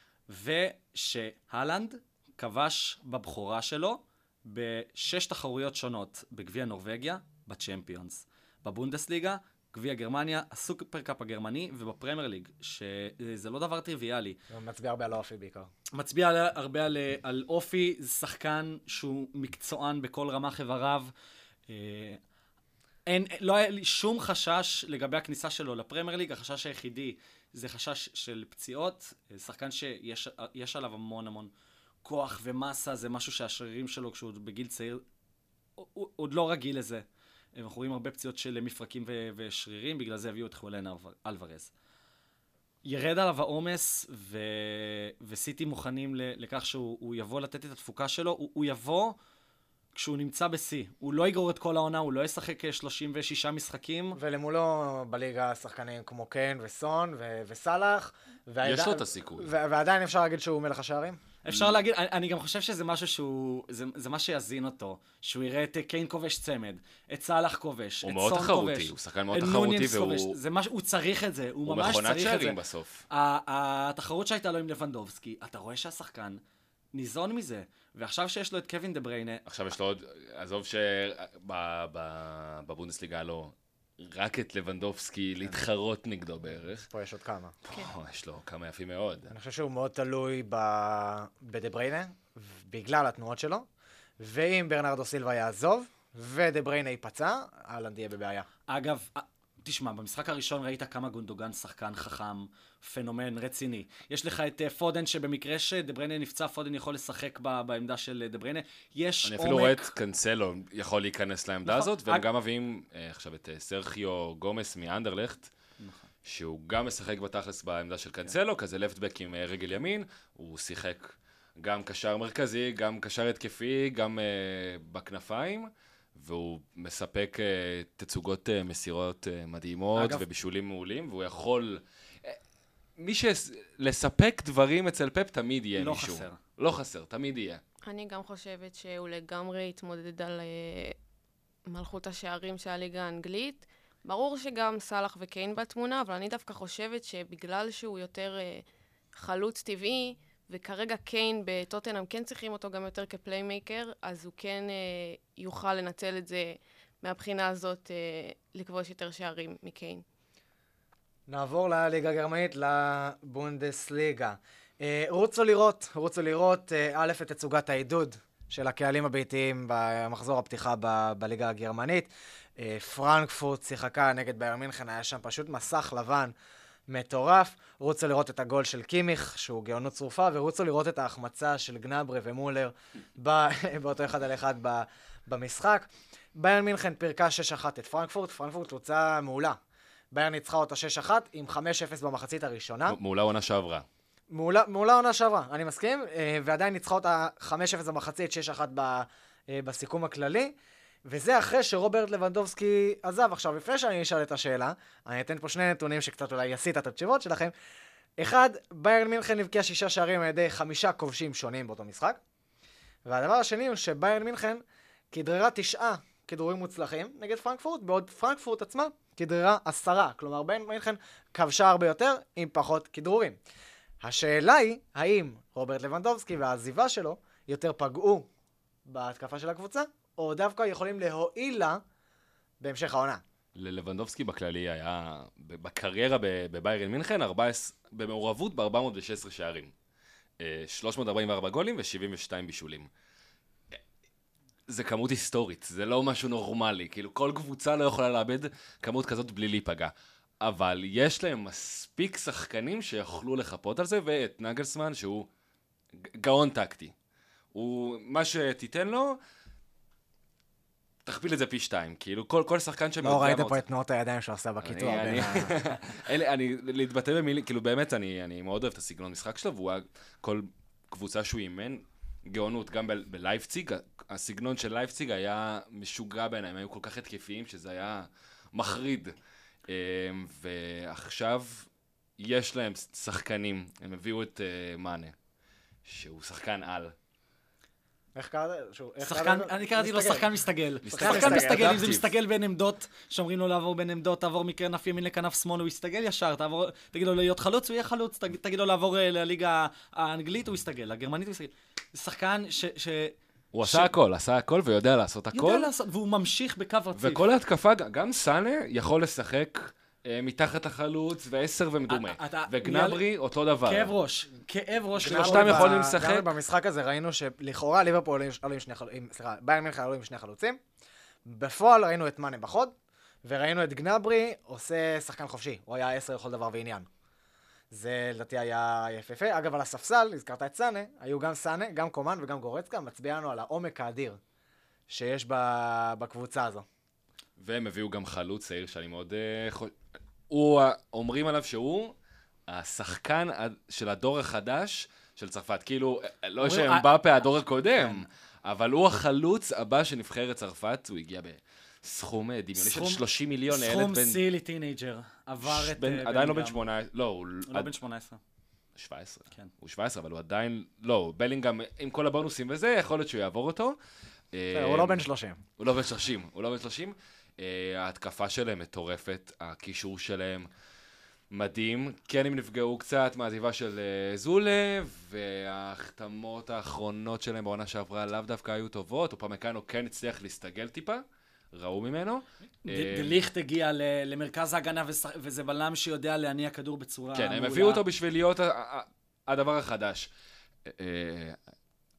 Speaker 4: ושהלנד כבש בבחורה שלו בשש תחרויות שונות, בגביע נורווגיה, בצ'מפיונס, בבונדסליגה, גביע גרמניה, הסופרקאפ הגרמני ובפרמייר ליג, שזה לא דבר טריוויאלי.
Speaker 2: הוא מצביע הרבה על האופי בעיקר.
Speaker 4: מצביע על- הרבה על, על אופי, זה שחקן שהוא מקצוען בכל רמ"ח איבריו. אה, אין, לא היה לי שום חשש לגבי הכניסה שלו לפרמייר ליג, החשש היחידי זה חשש של פציעות, אה, שחקן שיש יש עליו המון המון כוח ומסה, זה משהו שהשרירים שלו כשהוא בגיל צעיר, הוא, הוא עוד לא רגיל לזה. אנחנו רואים הרבה פציעות של מפרקים ו- ושרירים, בגלל זה הביאו את חולן אלוורז. ירד עליו העומס, ו... וסיטי מוכנים ל... לכך שהוא הוא יבוא לתת את התפוקה שלו, הוא, הוא יבוא כשהוא נמצא בשיא. הוא לא יגרור את כל העונה, הוא לא ישחק שלושים ושישה משחקים.
Speaker 2: ולמולו בליגה שחקנים כמו קיין וסון ו- וסלאח. והעד-
Speaker 3: יש לו את הסיכוי.
Speaker 2: ו- ועדיין אפשר להגיד שהוא מלך השערים?
Speaker 4: אפשר להגיד, אני, אני גם חושב שזה משהו שהוא, זה, זה מה שיזין אותו, שהוא יראה את קיין כובש צמד, את סלאח כובש,
Speaker 3: הוא
Speaker 4: את
Speaker 3: מאוד
Speaker 4: סון
Speaker 3: תחרותי,
Speaker 4: כובש,
Speaker 3: הוא שחקן מאוד
Speaker 4: את
Speaker 3: תחרותי,
Speaker 4: נוניס
Speaker 3: והוא-
Speaker 4: כובש. זה מש, הוא צריך את זה, הוא,
Speaker 3: הוא
Speaker 4: ממש
Speaker 3: מכונת
Speaker 4: צריך את זה.
Speaker 3: שערים בסוף.
Speaker 4: ה- התחרות שהייתה לו עם לבנדובסקי, אתה רואה שהשחקן ניזון מזה, ועכשיו שיש לו את קווין דה בריינה,
Speaker 3: עכשיו יש לו עוד, עזוב שבבונדסליגה היה לו רק את לבנדובסקי להתחרות נגדו בערך.
Speaker 2: פה יש עוד כמה.
Speaker 3: פה יש לו כמה יפים מאוד.
Speaker 2: אני חושב שהוא מאוד תלוי ב- בדה בריינה, בגלל התנועות שלו, ואם ברנרדו סילבה יעזוב, ודה בריינה ייפצע, אהלנד יהיה בבעיה.
Speaker 4: אגב, תשמע, במשחק הראשון ראית כמה גונדוגן שחקן חכם, פנומן רציני. יש לך את פודן שבמקרה שדבריינה נפצע, פודן יכול לשחק ב- בעמדה של דבריינה. יש
Speaker 3: אני
Speaker 4: עומק...
Speaker 3: אפילו רואה את קנסלו יכול להיכנס לעמדה
Speaker 4: נכון.
Speaker 3: הזאת, והם
Speaker 4: אג-
Speaker 3: גם מביאים אה, עכשיו את אה, סרחיו גומס מאנדרלכט,
Speaker 4: נכון.
Speaker 3: שהוא גם משחק בתכלס בעמדה של קנסלו, כזה לפטבק עם אה, רגל ימין, הוא שיחק גם קשר מרכזי, גם קשר התקפי, גם אה, בכנפיים, והוא מספק אה, תצוגות אה, מסירות אה, מדהימות
Speaker 4: אגב-
Speaker 3: ובישולים מעולים, והוא יכול... אה, מי שלספק דברים אצל פפ תמיד יהיה
Speaker 4: לא
Speaker 3: מישהו.
Speaker 4: חסר.
Speaker 3: לא חסר, תמיד יהיה.
Speaker 5: אני גם חושבת שהוא לגמרי התמודד על אה, מלכות השערים של הליגה האנגלית. ברור שגם סלאח וקיין בתמונה, אבל אני דווקא חושבת שבגלל שהוא יותר אה, חלוץ טבעי, וכרגע קיין בטוטנהאם כן צריכים אותו גם יותר כפליימייקר, אז הוא כן אה, יוכל לנצל את זה מהבחינה הזאת, אה, לכבוש יותר שערים מקיין.
Speaker 2: נעבור לליגה הגרמנית, לבונדסליגה. אה, רוצו לראות, רוצו לראות, אה, א', את תצוגת העידוד של הקהלים הביתיים במחזור הפתיחה ב- בליגה הגרמנית. אה, פרנקפורט שיחקה נגד בייר מינכן, היה שם פשוט מסך לבן מטורף. רוצו לראות את הגול של קימיך, שהוא גאונות צרופה, ורוצו לראות את ההחמצה של גנברה ומולר ב- באותו אחד על אחד ב- במשחק. בייר מינכן פירקה שש אחת את פרנקפורט, פרנקפורט תוצאה מעולה. בייר ניצחה אותה שש אחת עם חמש אפס במחצית הראשונה.
Speaker 3: מעולה עונה שעברה.
Speaker 2: מעולה, מעולה עונה שעברה, אני מסכים, אה, ועדיין ניצחה אותה חמש אפס במחצית, שש אחת ב, אה, בסיכום הכללי, וזה אחרי שרוברט לבנדובסקי עזב. עכשיו, לפני שאני אשאל את השאלה, אני אתן פה שני נתונים שקצת אולי יסיט את התשובות שלכם. אחד, ביירן מינכן הבקיעה שישה שערים על ידי חמישה כובשים שונים באותו משחק, והדבר השני הוא שביירן מינכן כדררה תשעה כדורים מוצלחים נגד פרנקפורט, בעוד פרנקפורט עצמה כדררה עשרה, כלומר ביירן מינכן כבשה הרבה יותר עם פחות כדרורים. השאלה היא, האם רוברט לבנדובסקי והעזיבה שלו יותר פגעו בהתקפה של הקבוצה, או דווקא יכולים להועיל לה בהמשך העונה?
Speaker 3: ללבנדובסקי בכללי היה, בקריירה בביירן מינכן, ארבע עשרה במעורבות ב-ארבע מאות ושש עשרה שערים. אה, שלוש מאות ארבעים וארבע גולים ו-שבעים ושתיים בישולים. אה, זה כמות היסטורית, זה לא משהו נורמלי, כאילו כל קבוצה לא יכולה לאבד כמות כזאת בלי להיפגע. אבל יש להם מספיק שחקנים שיכולו לחפות על זה, ואת נגלסמן שהוא גאון טקטי. הוא, מה שתיתן לו, תכפיל את זה פי שתיים, כאילו כל, כל שחקן שם...
Speaker 2: לא ראית פה את תנועות הידיים שהוא עשה בקיטוע.
Speaker 3: אני, אני, אלה, אני, להתבטא במילים, כאילו באמת, אני, אני מאוד אוהב את הסגנון משחק שלו, והוא היה כל קבוצה שהוא אימן, גאונות, גם ב- בלייפציג, הסגנון של לייפציג היה משוגע בעיניי, הם היו כל כך התקפיים שזה היה מחריד. ועכשיו יש להם שחקנים, הם הביאו את מאנה, שהוא שחקן על.
Speaker 2: איך קראת?
Speaker 4: שחקן, אני קראתי לו שחקן מסתגל.
Speaker 3: מסתגל.
Speaker 4: שחקן מסתגל, אם זה
Speaker 3: אדפטיב.
Speaker 4: מסתגל בין עמדות, שאומרים לו לעבור בין עמדות, תעבור מכנף ימין לכנף שמאל, הוא יסתגל ישר, תעבור, תגיד לו להיות חלוץ, הוא יהיה חלוץ, תגיד, תגיד לו לעבור אה, לליגה האנגלית, הוא יסתגל, הגרמנית הוא יסתגל. זה שחקן ש... ש...
Speaker 3: הוא
Speaker 4: ש-
Speaker 3: עשה הכל, עשה הכל ויודע לעשות הכל.
Speaker 4: יודע לעשות, והוא ממשיך בקו רציף.
Speaker 3: וכל ההתקפה, גם סאנה יכול לשחק אה, מתחת לחלוץ ועשר ומדומה.
Speaker 4: אתה- אתה-
Speaker 3: וגנברי אותו דבר.
Speaker 4: כאב ראש, כאב ראש.
Speaker 3: גנברי שלושתם יכולים
Speaker 2: ב-
Speaker 3: לשחק.
Speaker 2: גם במשחק הזה ראינו שלכאורה ליברפול עלו עם שני חלוצים, סליחה, ביירן מינכן עלו עם שני חלוצים. בפועל ראינו את מאנה בחוד, וראינו את גנברי עושה שחקן חופשי. הוא היה עשר לכל דבר ועניין. זה לדעתי היה יפהפה. אגב, על הספסל, הזכרת את סאנה, היו גם סאנה, גם קומן וגם גורצקה, מצביע לנו על העומק האדיר שיש ב- בקבוצה הזו.
Speaker 3: והם הביאו גם חלוץ צעיר שאני מאוד... אה, חו- הוא, ה- אומרים עליו שהוא השחקן ה- של הדור החדש של צרפת. כאילו, אה, לא
Speaker 4: אומרים,
Speaker 3: שאמבפה הדור הקודם, אבל הוא החלוץ הבא של נבחרת צרפת. הוא הגיע בסכום אה, דמיוני של
Speaker 4: סכום-
Speaker 3: שלושים מיליון לילד
Speaker 4: סכום
Speaker 3: בן...
Speaker 4: שיא לטינג'ר. עבר את...
Speaker 3: בן-
Speaker 4: אה,
Speaker 3: עדיין לא בן
Speaker 4: בלינגהאם.
Speaker 3: שמונה עשרה, לא, הוא
Speaker 4: הוא לא בן שמונה עשרה.
Speaker 3: שבע עשרה.
Speaker 4: כן.
Speaker 3: הוא שבע עשרה, אבל הוא עדיין... לא, בלינגהאם, עם כל הבונוסים וזה, יכול להיות שהוא יעבור אותו. אה,
Speaker 2: הוא לא בן שלושים.
Speaker 3: הוא לא בן שלושים, הוא לא בן שלושים. Uh, ההתקפה שלהם מטורפת, הקישור שלהם מדהים. כן, הם נפגעו קצת מהעזיבה של uh, זולה, וההחתמות האחרונות שלהם בעונה שעברה לאו דווקא היו טובות. אופמקאנו כן הצליח להסתגל טיפה, ראו ממנו.
Speaker 4: ד- דליכט הגיע ל- למרכז ההגנה, וש- וזה בלם שיודע להניע כדור בצורה
Speaker 3: כן,
Speaker 4: מעולה.
Speaker 3: הם הביאו אותו בשביל להיות ה- ה- הדבר החדש. Uh,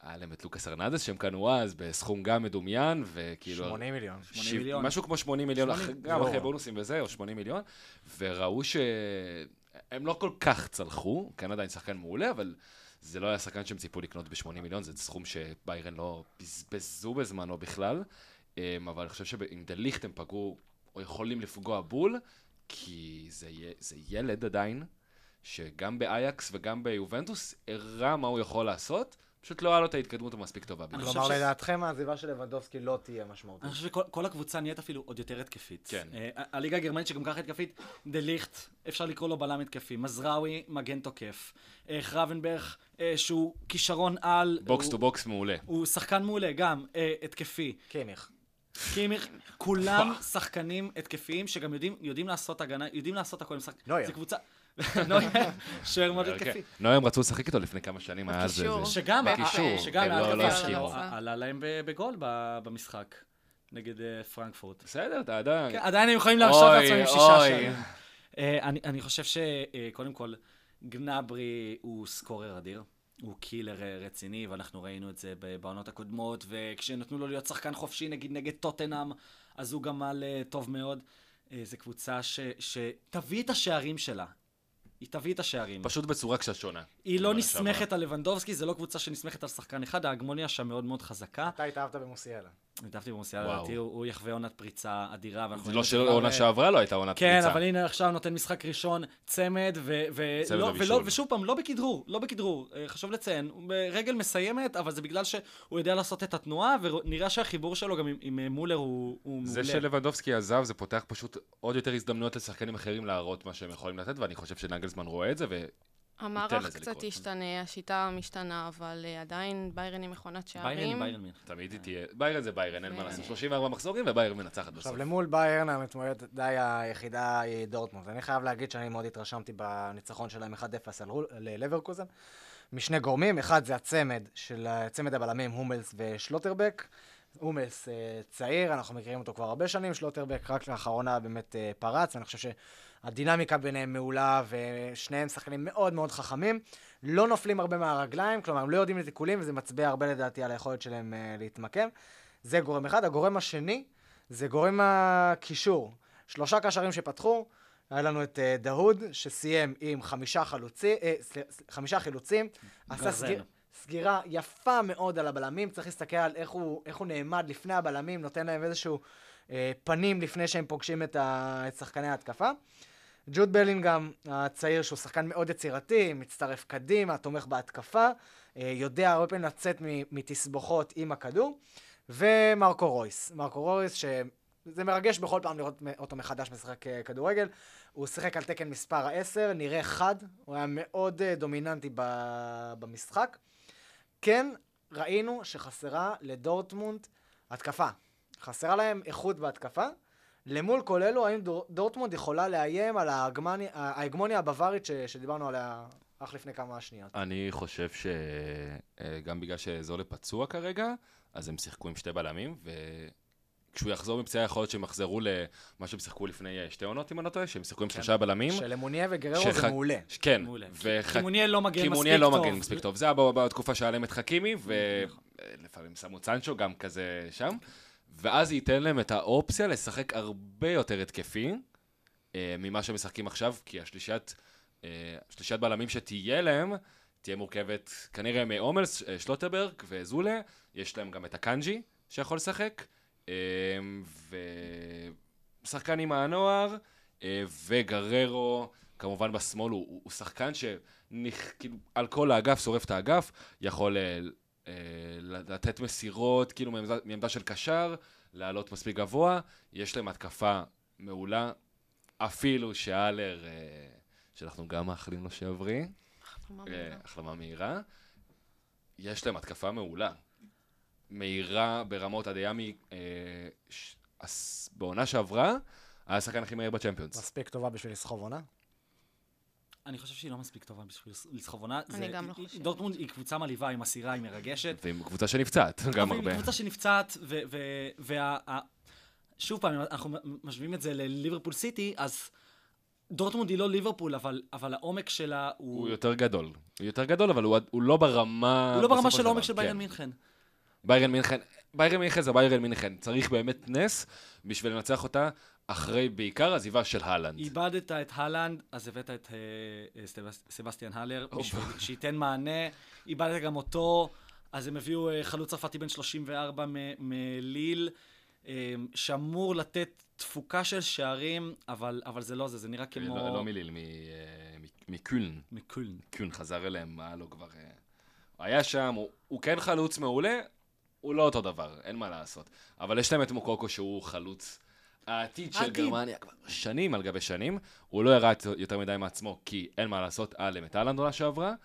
Speaker 3: היה להם את לוקאס ארננדס שהם קנו אז בסכום גם מדומיין, וכאילו...
Speaker 2: שמונים מיליון.
Speaker 4: שמונים מיליון.
Speaker 3: משהו כמו שמונים מיליון,
Speaker 4: שמונים.
Speaker 3: אח- גם
Speaker 2: לא.
Speaker 3: אחרי בונוסים וזה, או שמונים מיליון, וראו שהם לא כל כך צלחו, כן עדיין שחקן מעולה, אבל זה לא היה שחקן שהם ציפו לקנות ב-שמונים מיליון, זה סכום שביירן לא בזבזו בזמנו בכלל, אמ, אבל אני חושב שעם דה ליכט הם פגעו, או יכולים לפגוע בול, כי זה, י- זה ילד עדיין, שגם באייקס וגם ביובנטוס, הראה מה הוא יכול לעשות, פשוט לא היה לו את ההתקדמות המספיק טובה. בגלל.
Speaker 4: חושב
Speaker 2: כלומר,
Speaker 4: ש-
Speaker 2: לדעתכם העזיבה של לבנדובסקי לא תהיה משמעותית.
Speaker 4: אני חושב שכל כל הקבוצה נהיית אפילו עוד יותר התקפית.
Speaker 3: כן.
Speaker 4: Uh, הליגה הגרמנית שגם ככה התקפית, דה ליכט, אפשר לקרוא לו בלם התקפי, מזראוי, מגן תוקף, uh, חרבנברג, uh, שהוא כישרון על,
Speaker 3: בוקס
Speaker 4: הוא-
Speaker 3: טו בוקס מעולה.
Speaker 4: הוא שחקן מעולה, גם uh, התקפי.
Speaker 2: קימיך.
Speaker 4: קימיך, כולם שחקנים התקפיים שגם יודעים, יודעים לעשות הגנה, יודעים לעשות הכל. משחק-
Speaker 2: נויר.
Speaker 4: זה קבוצה... נויר, שוער מאוד
Speaker 3: אוקיי.
Speaker 4: התקפי.
Speaker 3: נועה, הם רצו לשחק איתו לפני כמה שנים, היה על זה.
Speaker 5: בקישור.
Speaker 3: זה-
Speaker 4: שגם,
Speaker 3: בקישור,
Speaker 4: אה, שגם,
Speaker 3: כן, לא-
Speaker 4: ההתקפה
Speaker 3: לא
Speaker 4: שלו
Speaker 3: הסכימו.
Speaker 4: עלה להם ב- בגול ב- במשחק נגד אה, פרנקפורט.
Speaker 3: בסדר, אתה עדיין...
Speaker 4: כן, עדיין הם יכולים להרשות
Speaker 3: אוי,
Speaker 4: לעצמם עם שישה
Speaker 3: אוי.
Speaker 4: שערים. אה, אני אני חושב שקודם כל, גנברי הוא סקורר אדיר. הוא קילר אה, רציני, ואנחנו ראינו את זה ב- בעונות הקודמות, וכשנתנו לו להיות שחקן חופשי נגיד נגד טוטנאם, אז הוא גמל אה, טוב מאוד. אה, זו קבוצה ש- שתביא את השערים שלה. היא תביא את השערים.
Speaker 3: פשוט בצורה קצת שונה.
Speaker 4: היא לא
Speaker 3: ממה
Speaker 4: נסמכת על לבנדובסקי, זה לא קבוצה שנסמכת על שחקן אחד, ההגמוניה שם מאוד מאוד חזקה.
Speaker 2: אתה התאהבת במוסיאלה.
Speaker 4: נדפתי במוסיאל,
Speaker 3: וואו.
Speaker 4: לדעתי הוא הוא יחווה עונת פריצה אדירה. ואנחנו
Speaker 3: זה
Speaker 4: רואים
Speaker 3: לא
Speaker 4: את
Speaker 3: של
Speaker 4: כבר,
Speaker 3: עונה
Speaker 4: אה,
Speaker 3: שעברה לא הייתה עונת
Speaker 4: כן,
Speaker 3: פריצה.
Speaker 4: אבל הנה עכשיו נותן משחק ראשון, צמד, ו- ו-
Speaker 3: צמד
Speaker 4: לא-
Speaker 3: ובישול.
Speaker 4: ולא- ושוב פעם, לא בכדרור, לא בכדרור. אה, חשוב לציין, הוא ברגל מסיימת, אבל זה בגלל שהוא יודע לעשות את התנועה, ונראה שהחיבור שלו גם עם- עם אה, מולר הוא הוא מעולה.
Speaker 3: זה שלבנדובסקי עזב, זה פותח פשוט עוד יותר הזדמנויות לשחקנים אחרים להראות מה שהם יכולים לתת, ואני חושב שנגלסמן רואה את זה, ו...
Speaker 5: המערך
Speaker 3: לזה
Speaker 5: קצת
Speaker 3: לקרות.
Speaker 5: השתנה, השיטה משתנה, אבל אה, עדיין ביירן היא מכונת
Speaker 4: ביירן,
Speaker 5: שערים.
Speaker 4: ביירן מין.
Speaker 3: תמיד היא תהיה... ביירן זה ביירן, אין מה
Speaker 5: ו-
Speaker 3: לעשות. שלושים וארבע מחזורים וביירן מנצחת בסוף.
Speaker 2: עכשיו, למול ביירן המתמודדת די היחידה היא דורטמונד. אני חייב להגיד שאני מאוד התרשמתי בניצחון שלהם אחד אפס על רול- ללברקוזן. משני גורמים, אחד זה הצמד של צמד הבלמים הומלס ושלוטרבק. הומלס אה, צעיר, אנחנו מכירים אותו כבר הרבה שנים, שלוטרבק רק לאחרונה באמת אה, פרץ, ואני חושב שהדינמיקה ביניהם מעולה, ושניהם שחקנים מאוד מאוד חכמים. לא נופלים הרבה מהרגליים, כלומר, הם לא יודעים לתיקולים, וזה מצביע הרבה לדעתי על היכולת שלהם אה, להתמקם. זה גורם אחד. הגורם השני זה גורם הקישור. שלושה קשרים שפתחו, היה לנו את אה, דהוד, שסיים עם חמישה חלוצים, אה, סל- חמישה חילוצים, עשה
Speaker 4: גרזן.
Speaker 2: סגיר, סגירה יפה מאוד על הבלמים, צריך להסתכל על איך הוא, איך הוא נעמד לפני הבלמים, נותן להם איזשהו אה, פנים לפני שהם פוגשים את, ה, את שחקני ההתקפה. ג'וד בלינגהם הצעיר, שהוא שחקן מאוד יצירתי, מצטרף קדימה, תומך בהתקפה, אה, יודע הרבה פעמים לצאת מ- מתסבוכות עם הכדור, ומרקו רויס. מרקו רויס, שזה מרגש בכל פעם לראות אותו מחדש משחק אה, כדורגל, הוא שיחק על תקן מספר עשר, נראה חד, הוא היה מאוד אה, דומיננטי ב- במשחק. כן, ראינו שחסרה לדורטמונד התקפה. חסרה להם איכות בהתקפה. למול כל אלו, האם דור, דורטמונד יכולה לאיים על ההגמני, ההגמוניה הבווארית ש, שדיברנו עליה אך לפני כמה שניות?
Speaker 3: אני חושב שגם בגלל שזולה פצוע כרגע, אז הם שיחקו עם שתי בלמים, וכשהוא יחזור מפציעה יכול להיות שהם יחזרו למה שהם שיחקו לפני אה, שתי עונות, אם אני לא טועה, שהם שיחקו עם שלושה בלמים.
Speaker 2: שלמוניה וגררו
Speaker 3: שח-
Speaker 2: זה מעולה.
Speaker 3: ש- כן,
Speaker 4: מעולה.
Speaker 3: וח-
Speaker 4: כי מוניאל לא מגן מספיק טוב.
Speaker 3: קימוניאל לא מגן מספיק טוב. זה היה ב- בתקופה שהיה להם את חכימי, ולפעמים שמו צ'אנצ'ו גם כזה שם, ואז ייתן להם את האופציה לשחק הרבה יותר התקפי אה, ממה שהם משחקים עכשיו, כי השלישיית אה, השלישיית בלמים שתהיה להם, תהיה מורכבת כנראה מעומלס, אה, שלוטרברג וזולה, יש להם גם את הקנג'י שיכול לשחק, אה, ושחקן עם הנוער, אה, וגררו, כמובן בשמאל הוא, הוא, הוא שחקן שכאילו על כל האגף, שורף את האגף, יכול אה, אה, לתת מסירות, כאילו מעמדה, מעמדה של קשר, לעלות מספיק גבוה, יש להם התקפה מעולה, אפילו שאלר, אה, שאנחנו גם מאחלים לו שעברי, אה, החלמה מהירה, יש להם התקפה מעולה. מהירה ברמות אדיאמי, אה, ש... הס... בעונה שעברה, היה השחקן הכי מהיר בצ'מפיונס.
Speaker 2: מספיק טובה בשביל לסחוב עונה?
Speaker 4: אני חושב שהיא לא מספיק טובה בשביל לסחוב עונה.
Speaker 5: אני
Speaker 4: זה-
Speaker 5: גם לא
Speaker 4: היא-
Speaker 5: חושבת.
Speaker 4: דורטמונד היא קבוצה מלהיבה, היא מסירה, היא מרגשת.
Speaker 3: ועם קבוצה שנפצעת, גם
Speaker 4: אבל
Speaker 3: הרבה.
Speaker 4: היא קבוצה שנפצעת, ו- ו- וה... ה- שוב פעם, אם אנחנו משווים את זה לליברפול סיטי, אז דורטמונד היא לא ליברפול, אבל, אבל העומק שלה הוא...
Speaker 3: הוא יותר גדול. הוא יותר גדול, אבל הוא, הוא לא ברמה...
Speaker 4: הוא לא ברמה
Speaker 3: בסופו
Speaker 4: של העומק
Speaker 3: דבר.
Speaker 4: של ביירן
Speaker 3: כן.
Speaker 4: מינכן.
Speaker 3: ביירן מינכן, ביירן מינכן זה ביירן מינכן. צריך באמת נס בשביל לנצח אותה אחרי בעיקר עזיבה של הלנד.
Speaker 4: איבדת את הלנד, אז הבאת את אה, אה, סבס- סבסטיאן הלר, בשביל שייתן מענה. איבדת גם אותו, אז הם הביאו אה, חלוץ צרפתי בן שלושים וארבע מ- מליל, אה, שאמור לתת תפוקה של שערים, אבל, אבל זה לא זה, זה נראה כמו...
Speaker 3: לא, לא מליל, מ- אה, מ- מקולן.
Speaker 4: מקולן.
Speaker 3: קולן חזר אליהם, היה לו כבר... אה, הוא היה שם, הוא, הוא כן חלוץ מעולה, הוא לא אותו דבר, אין מה לעשות. אבל יש להם את מוקוקו שהוא חלוץ העתיד של
Speaker 4: העתיד.
Speaker 3: גרמניה, כבר שנים על גבי שנים. הוא לא הראה יותר מדי מעצמו, כי אין מה לעשות, היה להם את הלנד עונה שעברה.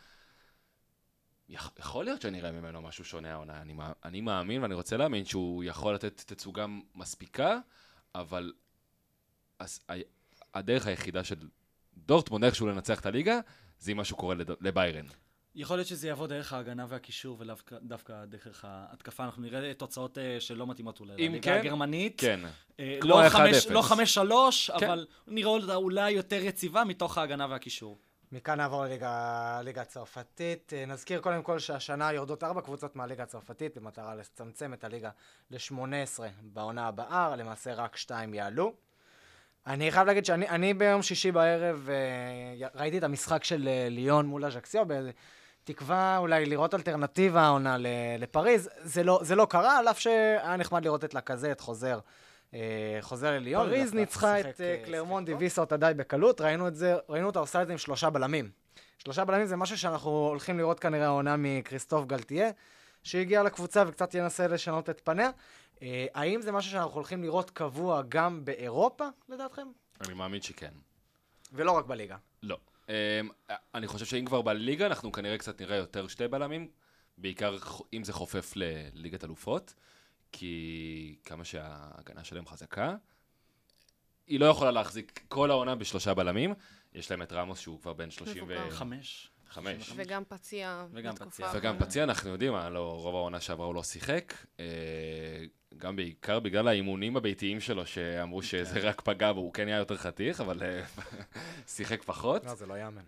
Speaker 3: יכ- יכול להיות שנראה ממנו משהו שונה העונה. אני, מא- אני מאמין ואני רוצה להאמין שהוא יכול לתת תצוגה מספיקה, אבל אז, ה- הדרך היחידה של דורטמונד איכשהו לנצח את הליגה, זה אם משהו קורה לד- לביירן.
Speaker 4: יכול להיות שזה יעבוד דרך ההגנה והקישור, ודווקא דרך ההתקפה. אנחנו נראה תוצאות אה, שלא מתאימות אולי
Speaker 3: אם
Speaker 4: לליגה
Speaker 3: כן,
Speaker 4: הגרמנית.
Speaker 3: כן.
Speaker 4: אה,
Speaker 3: כמו
Speaker 4: לא
Speaker 3: אחד
Speaker 4: חמש-
Speaker 3: אפס.
Speaker 4: לא חמש שלוש,
Speaker 3: כן.
Speaker 4: אבל נראה אותה אולי יותר יציבה מתוך ההגנה והקישור.
Speaker 2: מכאן נעבור לליגה הליגה הצרפתית. אה, נזכיר קודם כל שהשנה יורדות ארבע קבוצות מהליגה הצרפתית, במטרה לצמצם את הליגה ל-שמונה עשרה בעונה הבאה, למעשה רק שתיים יעלו. אני חייב להגיד שאני אני ביום שישי בערב אה, ראיתי את המשחק של אה, ליון מול אז'קסיו, בתקווה אולי לראות אלטרנטיבה העונה ל- לפריז. זה לא, זה לא קרה, על אף שהיה נחמד לראות את לקזט חוזר. אה, חוזר לליון.
Speaker 6: פריז
Speaker 2: פריז
Speaker 6: דווקא
Speaker 2: ניצחה
Speaker 6: שיחק,
Speaker 2: את אה,
Speaker 6: אה,
Speaker 2: קלרמון
Speaker 6: שיחק טוב.
Speaker 2: דיוויסה אותה די בקלות, ראינו את זה, ראינו אותה עושה את זה עם שלושה בלמים. שלושה בלמים זה משהו שאנחנו הולכים לראות כנראה העונה מקריסטוף גלטיה, שהגיע לקבוצה וקצת ינסה לשנות את פניה. אה, האם זה משהו שאנחנו הולכים לראות קבוע גם באירופה, לדעתכם?
Speaker 3: אני מאמין שכן.
Speaker 2: ולא רק בליגה.
Speaker 3: לא. Um, אני חושב שאם כבר בליגה, אנחנו כנראה קצת נראה יותר שתי בלמים, בעיקר ח- אם זה חופף לליגת אלופות, כי כמה שההגנה שלהם חזקה, היא לא יכולה להחזיק כל העונה בשלושה בלמים. יש להם את רמוס שהוא כבר בן שלושים
Speaker 5: מבוגר.
Speaker 3: וחמש.
Speaker 4: חמש.
Speaker 5: וגם פציע
Speaker 4: וגם
Speaker 5: בתקופה
Speaker 4: פציע.
Speaker 5: האחרונה.
Speaker 3: וגם פציע, אנחנו יודעים, היה לו רוב העונה שעברה הוא לא שיחק. אה, גם בעיקר בגלל האימונים הביתיים שלו, שאמרו שזה רק פגע בו, הוא כן היה יותר חתיך, אבל אה, שיחק פחות.
Speaker 2: לא, זה לא יאמן.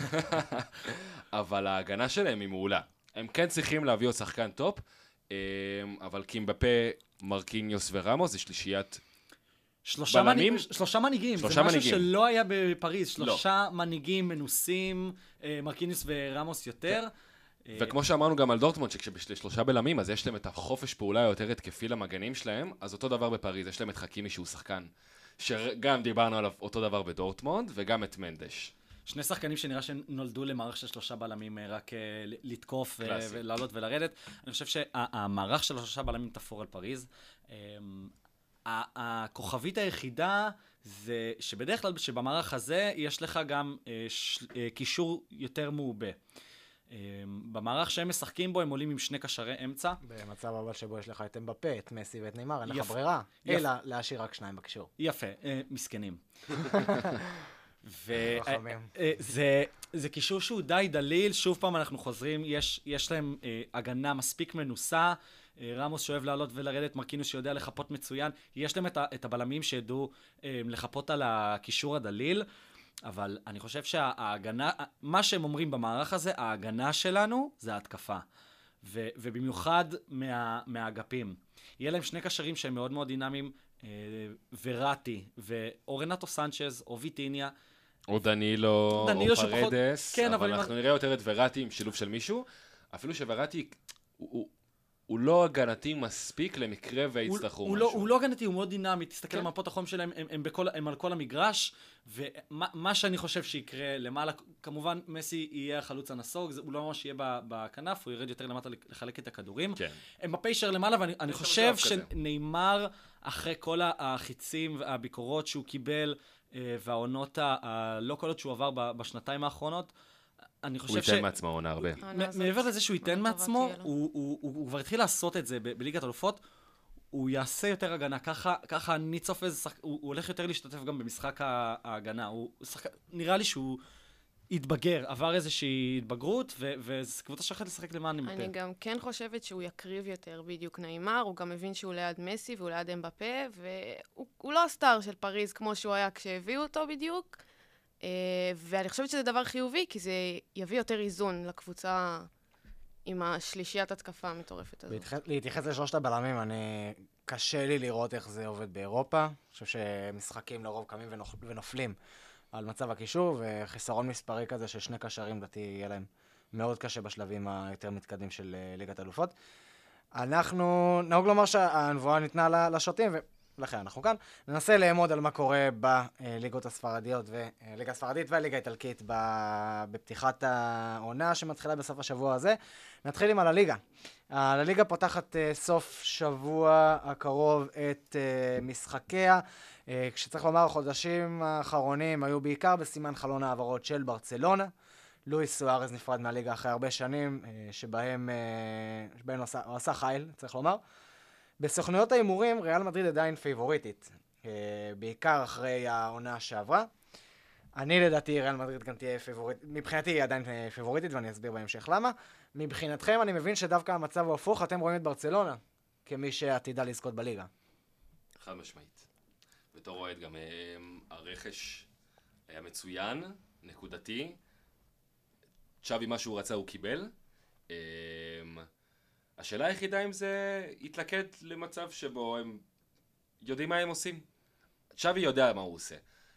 Speaker 3: אבל ההגנה שלהם היא מעולה. הם כן צריכים להביא עוד שחקן טופ, אה, אבל קימבפה, מרקיניוס ורמוס זה שלישיית...
Speaker 4: שלושה
Speaker 3: בלמים?
Speaker 4: מנהיגים, שלושה מנהיגים,
Speaker 3: שלושה
Speaker 4: זה משהו
Speaker 3: מנהיגים.
Speaker 4: שלא היה בפריז,
Speaker 3: לא.
Speaker 4: שלושה מנהיגים מנוסים, אה, מרקיניוס ורמוס יותר. אה,
Speaker 3: וכמו שאמרנו גם על דורטמונד, שכשלושה בלמים, אז יש להם את החופש פעולה היותר התקפי למגנים שלהם, אז אותו דבר בפריז, יש להם את חכימי שהוא שחקן, שגם דיברנו עליו אותו דבר בדורטמונד, וגם את מנדש.
Speaker 4: שני שחקנים שנראה שנולדו למערך של שלושה בלמים, אה, רק אה, ל- לתקוף אה,
Speaker 3: קלאסי.
Speaker 4: ולעלות ולרדת. אני חושב שהמערך של שלושה בלמים תפור על פריז. אה, ה- הכוכבית היחידה זה שבדרך כלל שבמערך הזה יש לך גם אה, ש- אה, קישור יותר מעובה. אה, במערך שהם משחקים בו הם עולים עם שני קשרי אמצע.
Speaker 2: במצב אבל שבו יש לך את אמבפה, את מסי ואת ניימר, אין לך
Speaker 4: יפה.
Speaker 2: ברירה,
Speaker 4: יפה.
Speaker 2: אלא להשאיר רק שניים בקישור.
Speaker 4: יפה, אה, מסכנים. ו...
Speaker 2: רחמים.
Speaker 4: אה, אה, זה, זה קישור שהוא די דליל, שוב פעם אנחנו חוזרים, יש, יש להם אה, הגנה מספיק מנוסה, אה, רמוס שאוהב לעלות ולרדת, מרקינוס שיודע לחפות מצוין, יש להם את, ה, את הבלמים שידעו אה, לחפות על הקישור הדליל, אבל אני חושב שההגנה, מה שהם אומרים במערך הזה, ההגנה שלנו זה ההתקפה. ו, ובמיוחד מה, מהאגפים. יהיה להם שני קשרים שהם מאוד מאוד דינמיים, אה, וראטי, או רנטו סנצ'ז, או ויטיניה.
Speaker 3: או דנילו,
Speaker 4: דנילו
Speaker 3: או
Speaker 4: שפחות-
Speaker 3: פרדס,
Speaker 4: כן,
Speaker 3: אבל
Speaker 4: אבל
Speaker 3: אנחנו
Speaker 4: אם-
Speaker 3: נראה יותר את וראטי עם שילוב של מישהו, אפילו שוראטי הוא, הוא, הוא לא הגנתי מספיק למקרה ויצטרכו
Speaker 4: הוא,
Speaker 3: משהו.
Speaker 4: הוא, לא, הוא לא הגנתי, הוא מאוד דינמי, תסתכל
Speaker 3: כן.
Speaker 4: על מפות החום שלהם, הם, הם, בכל, הם על כל המגרש, ומה מה שאני חושב שיקרה למעלה, כמובן מסי יהיה החלוץ הנסוג, זה- הוא לא ממש יהיה ב- בכנף, הוא ירד יותר למטה לחלק את הכדורים.
Speaker 3: כן.
Speaker 4: הם בפיישר למעלה, ואני אני
Speaker 3: יש שם
Speaker 4: חושב
Speaker 3: שלב כזה.
Speaker 4: שנאמר, אחרי כל החיצים והביקורות שהוא קיבל, אה, והעונות ה- הלא קולות שהוא עבר ב- בשנתיים האחרונות, אני
Speaker 3: הוא
Speaker 4: חושב ש...
Speaker 3: ייתן מעצמו עונה הרבה.
Speaker 5: העונה הזאת
Speaker 4: מעבר לזה שהוא ייתן
Speaker 5: מאוד
Speaker 4: מעצמו,
Speaker 5: טובה תהיה לו.
Speaker 4: הוא, הוא, הוא, הוא כבר התחיל לעשות את זה ב- בליגת אלופות, הוא יעשה יותר הגנה, ככה, ככה אני צופה, איזה שחק... הוא, הוא הולך יותר להשתתף גם במשחק ה- ההגנה, הוא שחק... נראה לי שהוא התבגר, עבר איזושהי התבגרות, ו- וזו קבוצה שהולכת לשחק למען
Speaker 5: אני
Speaker 4: אמבפה.
Speaker 5: גם כן חושבת שהוא יקריב יותר בדיוק ניימר, הוא גם מבין שהוא ליד מסי והוא ליד אמבפה, והוא הוא לא הסטאר של פריז כמו שהוא היה כשהביאו אותו בדיוק, אה, ואני חושבת שזה דבר חיובי, כי זה יביא יותר איזון לקבוצה עם השלישיית התקפה המטורפת הזאת.
Speaker 2: בהתח- להתייחס לשלושת הבלמים, אני... קשה לי לראות איך זה עובד באירופה. אני חושב שמשחקים לרוב קמים ונופ... ונופלים על מצב הקישור, וחיסרון מספרי כזה של שני קשרים, לדעתי יהיה להם מאוד קשה בשלבים היותר מתקדמים של אה, ליגת אלופות. אנחנו, נהוג לומר שהנבואה ניתנה ל- לשוטים, ולכן אנחנו כאן. ננסה לאמוד על מה קורה בליגות הספרדיות, ליגה הספרדית והליגה האיטלקית ב- בפתיחת העונה שמתחילה בסוף השבוע הזה. נתחיל עם על הליגה. הליגה פותחת uh, סוף שבוע הקרוב את uh, משחקיה, uh, כשצריך לומר, החודשים האחרונים היו בעיקר בסימן חלון העברות של ברצלונה. לואיס סוארז נפרד מהליגה אחרי הרבה שנים, uh, שבהם, uh, שבהם הוא, עשה, הוא עשה חייל, צריך לומר. בסוכנויות ההימורים, ריאל מדריד עדיין פייבוריטית, uh, בעיקר אחרי העונה שעברה. אני לדעתי ריאל מדריד גם תהיה פייבוריטית, מבחינתי היא עדיין פייבוריטית ואני אסביר בהמשך למה. מבחינתכם אני מבין שדווקא המצב הוא הפוך, אתם רואים את ברצלונה כמי שעתידה לזכות בליגה.
Speaker 3: חד משמעית. בתור אוהד גם אה, הרכש היה מצוין, נקודתי. צ'אבי מה שהוא רצה הוא קיבל. אה, השאלה היחידה אם זה יתלכד למצב שבו הם יודעים מה הם עושים. צ'אבי יודע מה הוא עושה.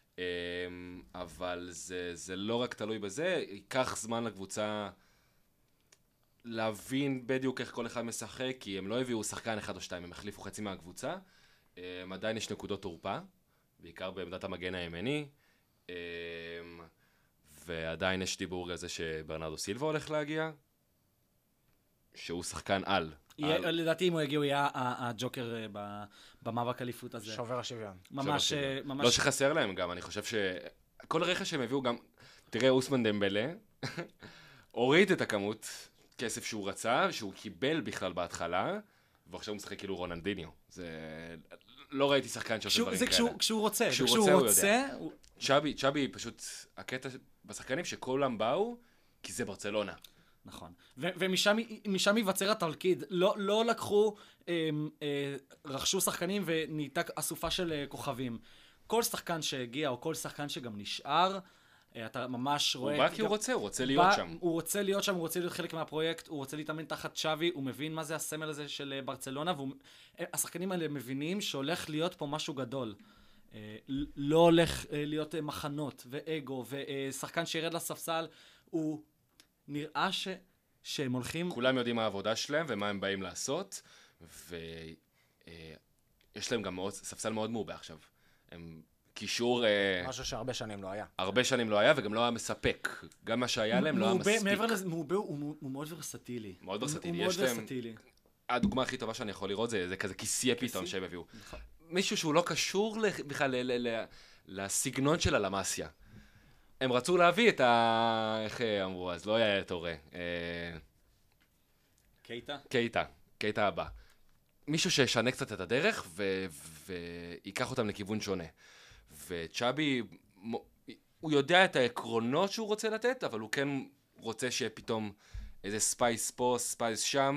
Speaker 3: אבל זה, זה לא רק תלוי בזה, ייקח זמן לקבוצה להבין בדיוק איך כל אחד משחק, כי הם לא הביאו שחקן אחד או שתיים, הם החליפו חצי מהקבוצה. עדיין יש נקודות תורפה, בעיקר בעמדת המגן הימני, ועדיין יש דיבור על זה שברנרדו סילבה הולך להגיע, שהוא שחקן על.
Speaker 4: יהיה, לדעתי אם הוא יגיע, הוא יהיה הג'וקר אה, ב- במאבק אליפות הזה.
Speaker 2: שובר השוויון.
Speaker 4: ממש,
Speaker 3: שובר
Speaker 4: אה,
Speaker 3: שוויון.
Speaker 4: ממש...
Speaker 3: לא שחסר להם גם, אני חושב שכל רכש שהם הביאו גם, תראה אוסמן דמבלה, הוריד את הכמות כסף שהוא רצה, שהוא קיבל בכלל בהתחלה, ועכשיו הוא משחק כאילו רונלדיניו. זה... לא ראיתי שחקן שעושה
Speaker 4: כשהוא-
Speaker 3: דברים
Speaker 4: זה
Speaker 3: כאלה.
Speaker 4: כשהוא- כשהוא רוצה,
Speaker 3: כשהוא
Speaker 4: כשהוא
Speaker 3: רוצה, הוא
Speaker 4: רוצה, הוא-
Speaker 3: צ'אבי, צ'אבי פשוט, הקטע בשחקנים שכולם באו, כי זה ברצלונה.
Speaker 4: נכון. ו- ומשם משם ייווצר התלכיד. לא, לא לקחו, אה, אה, רכשו שחקנים ונהייתה אסופה של אה, כוכבים. כל שחקן שהגיע, או כל שחקן שגם נשאר, אה, אתה ממש רואה...
Speaker 3: הוא בא כי הוא
Speaker 4: גם-
Speaker 3: רוצה, הוא רוצה להיות
Speaker 4: בא-
Speaker 3: שם.
Speaker 4: הוא רוצה להיות שם, הוא רוצה להיות חלק מהפרויקט, הוא רוצה להתאמן תחת צ'אבי, הוא מבין מה זה הסמל הזה של אה, ברצלונה, והשחקנים האלה מבינים שהולך להיות פה משהו גדול. אה, לא הולך אה, להיות אה, מחנות ואגו, ושחקן שירד לספסל, הוא נראה ש... שהם הולכים...
Speaker 3: כולם יודעים מה העבודה שלהם ומה הם באים לעשות, ויש להם גם מאוד, ספסל מאוד מעובה עכשיו. הם קישור, אה,
Speaker 2: משהו שהרבה שנים לא היה.
Speaker 3: הרבה שנים לא היה וגם לא היה מספק. גם מה שהיה להם לא היה
Speaker 4: מעובה-
Speaker 3: מספיק.
Speaker 4: מעבר לזה, מעובה הוא הוא מאוד ורסטילי.
Speaker 3: מאוד
Speaker 4: הוא-
Speaker 3: ורסטילי,
Speaker 4: הוא מאוד
Speaker 3: יש להם-
Speaker 4: ורסטילי.
Speaker 3: הדוגמה הכי טובה שאני יכול לראות זה, זה כזה כיסיה פיתון שהם הביאו.
Speaker 4: נכון.
Speaker 3: מישהו שהוא לא קשור ל- בכלל ל- ל- ל- לסגנון של הלמאסיה. הם רצו להביא את ה... איך אמרו אז? לא היה תורה. אה...
Speaker 4: קייטה?
Speaker 3: קייטה, קייטה הבא. מישהו שישנה קצת את הדרך ו- ויקח אותם לכיוון שונה. וצ'אבי, מ- הוא יודע את העקרונות שהוא רוצה לתת, אבל הוא כן רוצה שפתאום איזה ספייס פה, ספייס שם.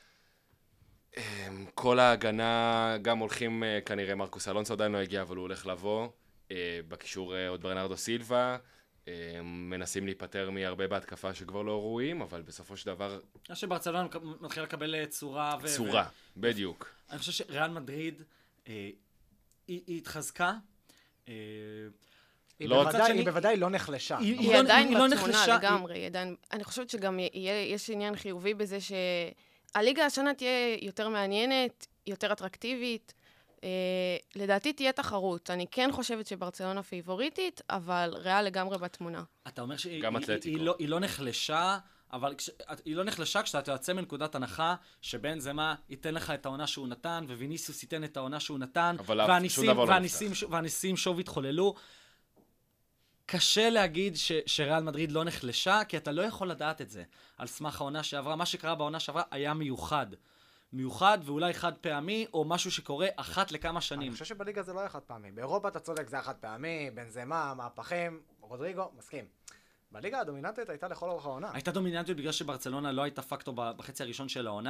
Speaker 3: אמ, כל ההגנה, גם הולכים, אה, כנראה מרקוס אלונסו עדיין לא הגיע, אבל הוא הולך לבוא. אה, בקישור אה, עוד ברנרדו סילבה. אה, מנסים להיפטר מהרבה בהתקפה שכבר לא ראויים, אבל בסופו של דבר
Speaker 4: אני חושב שברצלונה מתחילה לקבל אה, צורה. ו-
Speaker 3: צורה, בדיוק.
Speaker 4: אני חושב שריאל מדריד, אה, היא היא התחזקה. אה,
Speaker 2: היא
Speaker 3: לא-
Speaker 2: בוודאי-
Speaker 4: מצד שני-
Speaker 2: היא בוודאי לא נחלשה.
Speaker 4: היא-
Speaker 5: היא
Speaker 4: לא-
Speaker 5: עדיין
Speaker 4: היא לא
Speaker 5: בתמונה
Speaker 4: נחלשה,
Speaker 5: לגמרי, היא עדיין... אני חושבת שגם יהיה- יש עניין חיובי בזה שהליגה השנה תהיה יותר מעניינת, יותר אטרקטיבית. אה, לדעתי תהיה תחרות. אני כן חושבת שברצלונה פייבוריטית, אבל ריאל לגמרי בתמונה.
Speaker 4: אתה אומר שהיא
Speaker 3: גם
Speaker 4: היא-
Speaker 3: אתלטיקו.
Speaker 4: היא לא- היא לא נחלשה, אבל כש- היא לא נחלשה כשאתה יוצא מנקודת הנחה שבן זמה ייתן לך את העונה שהוא נתן, וויניסיוס ייתן את העונה שהוא נתן,
Speaker 3: אבל אף-
Speaker 4: והניסים-
Speaker 3: שום דבר לא
Speaker 4: והניסים ש- והניסים שוב התחוללו. קשה להגיד ש- שריאל מדריד לא נחלשה, כי אתה לא יכול לדעת את זה. על סמך העונה שעברה, מה שקרה בעונה שעברה היה מיוחד. מיוחד ואולי חד פעמי, או משהו שקורה אחת לכמה
Speaker 2: אני
Speaker 4: שנים.
Speaker 2: חושב שבליגה זה לא היה חד פעמי. באירופה אתה צודק, זה היה חד פעמי, בנזמה, מהפכים, רודריגו, מסכים. בליגה הדומיננטית הייתה לכל אורך העונה.
Speaker 4: הייתה דומיננטיות בגלל שברצלונה לא הייתה פקטור ב- בחצי הראשון של העונה.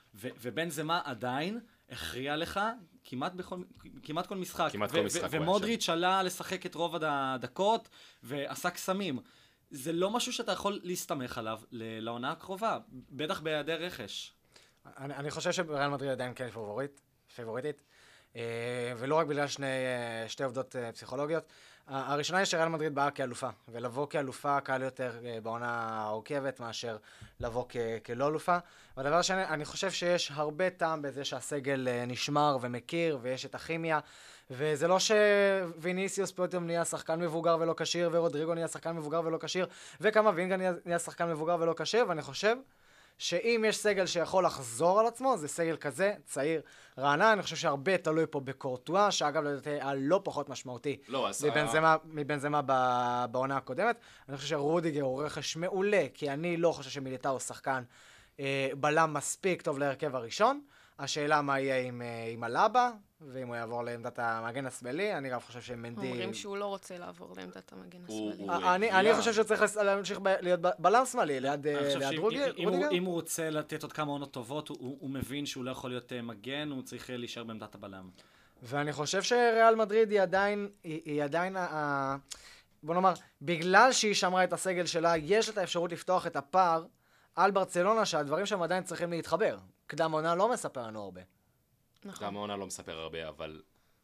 Speaker 4: ו- ובנזמה עדיין הכריע לך כמעט, בכל, כמעט כל משחק.
Speaker 3: כמעט
Speaker 4: ו-
Speaker 3: כל משחק
Speaker 4: ו-
Speaker 3: הוא היה
Speaker 4: ומודריץ' עלה לשחק את רוב הדקות ועשה קסמים. זה לא משהו שאתה יכול להסתמך עליו ל- לעונה הקרובה, בטח בהיעדר רכש.
Speaker 2: אני, אני חושב שריאל מדריד עדיין כן פבוריט, פבוריטית, אה, ולא רק בגלל שני, אה, שתי עובדות אה, פסיכולוגיות. ה- הראשונה היא שריאל מדריד באה כאלופה, ולבוא כאלופה קל יותר אה, בעונה העוקבת מאשר לבוא כ- כלא אלופה. והדבר השני, אני חושב שיש הרבה טעם בזה שהסגל אה, נשמר ומכיר, ויש את הכימיה, וזה לא שוויניסיוס פתאום נהיה שחקן מבוגר ולא כשיר, ורודריגו נהיה שחקן מבוגר ולא כשיר, וכמה וינגה נהיה, נהיה שחקן מבוגר ולא כשיר, ואני חושב שאם יש סגל שיכול לחזור על עצמו, זה סגל כזה, צעיר, רענן. אני חושב שהרבה תלוי פה בקורטואה, שאגב לדעתי היה לא פחות משמעותי
Speaker 3: לא, אז...
Speaker 2: מבנזמה, מבנזמה ב- בעונה הקודמת. אני חושב שרודיגר הוא רכש מעולה, כי אני לא חושב שמיליטאו הוא שחקן אה, בלם מספיק טוב להרכב הראשון. השאלה מה יהיה עם, אה, עם הלאבה, ואם הוא יעבור לעמדת המגן השמאלי. אני גם חושב שמנדי...
Speaker 5: אומרים שהוא לא רוצה לעבור לעמדת המגן
Speaker 3: הוא-
Speaker 5: השמאלי.
Speaker 3: הוא-
Speaker 2: אה, אני,
Speaker 3: הגיע.
Speaker 2: אני חושב שהוא צריך לס- להמשיך ב- להיות ב- בלם שמאלי, ליד,
Speaker 4: אני
Speaker 2: אה,
Speaker 4: חושב
Speaker 2: ליד
Speaker 4: שאם-
Speaker 2: רודיגר.
Speaker 4: אם הוא-
Speaker 2: רודיגר.
Speaker 4: אם הוא רוצה לתת עוד כמה עונות טובות, הוא- הוא מבין שהוא לא יכול להיות אה, מגן, הוא צריך אה, להישאר בעמדת הבלם.
Speaker 2: ואני חושב שריאל מדריד היא עדיין, היא, היא עדיין, ה- ה- בוא נאמר, בגלל שהיא שמרה את הסגל שלה, יש את האפשרות לפתוח את הפער על ברצלונה, שהדברים שם עדיין צריכים להתחבר. קדם עונה לא מספר לנו הרבה.
Speaker 5: נכון.
Speaker 3: גם העונה לא מספר הרבה, אבל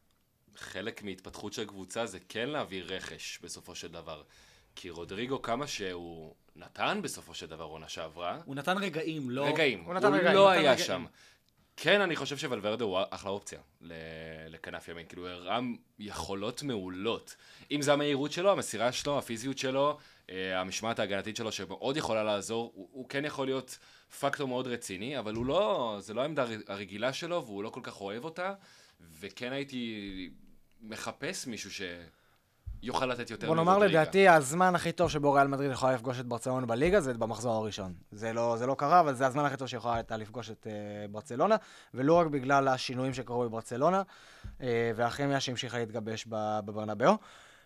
Speaker 3: חלק מהתפתחות של קבוצה זה כן להביא רכש בסופו של דבר. כי רודריגו, כמה שהוא נתן בסופו של דבר עונה שעברה,
Speaker 4: הוא נתן רגעים, לא...
Speaker 3: רגעים,
Speaker 2: הוא
Speaker 3: הוא
Speaker 2: נתן רגעים,
Speaker 3: לא
Speaker 2: הוא נתן
Speaker 3: היה
Speaker 4: רגעים.
Speaker 3: שם. כן, אני חושב שוולברדה הוא אחלה אופציה ל- לכנף ימין. כאילו, הוא הראה יכולות מעולות. אם זה המהירות שלו, המסירה שלו, הפיזיות שלו, אה, המשמעת ההגנתית שלו, שמאוד יכולה לעזור, הוא, הוא כן יכול להיות פקטור מאוד רציני, אבל הוא לא, זה לא העמדה הרגילה שלו, והוא לא כל כך אוהב אותה, וכן הייתי מחפש מישהו שיוכל לתת יותר
Speaker 2: בוא נאמר
Speaker 3: מרודריגה.
Speaker 2: לדעתי, הזמן הכי טוב שבו ריאל מדריד יכולה לפגוש את ברצלונה בליגה זה במחזור הראשון. זה לא, זה לא קרה, אבל זה הזמן הכי טוב שיכולה הייתה לפגוש את uh, ברצלונה, ולא רק בגלל השינויים שקרו בברצלונה, uh, והכימיה שהמשיכה להתגבש ב- בברנבאו.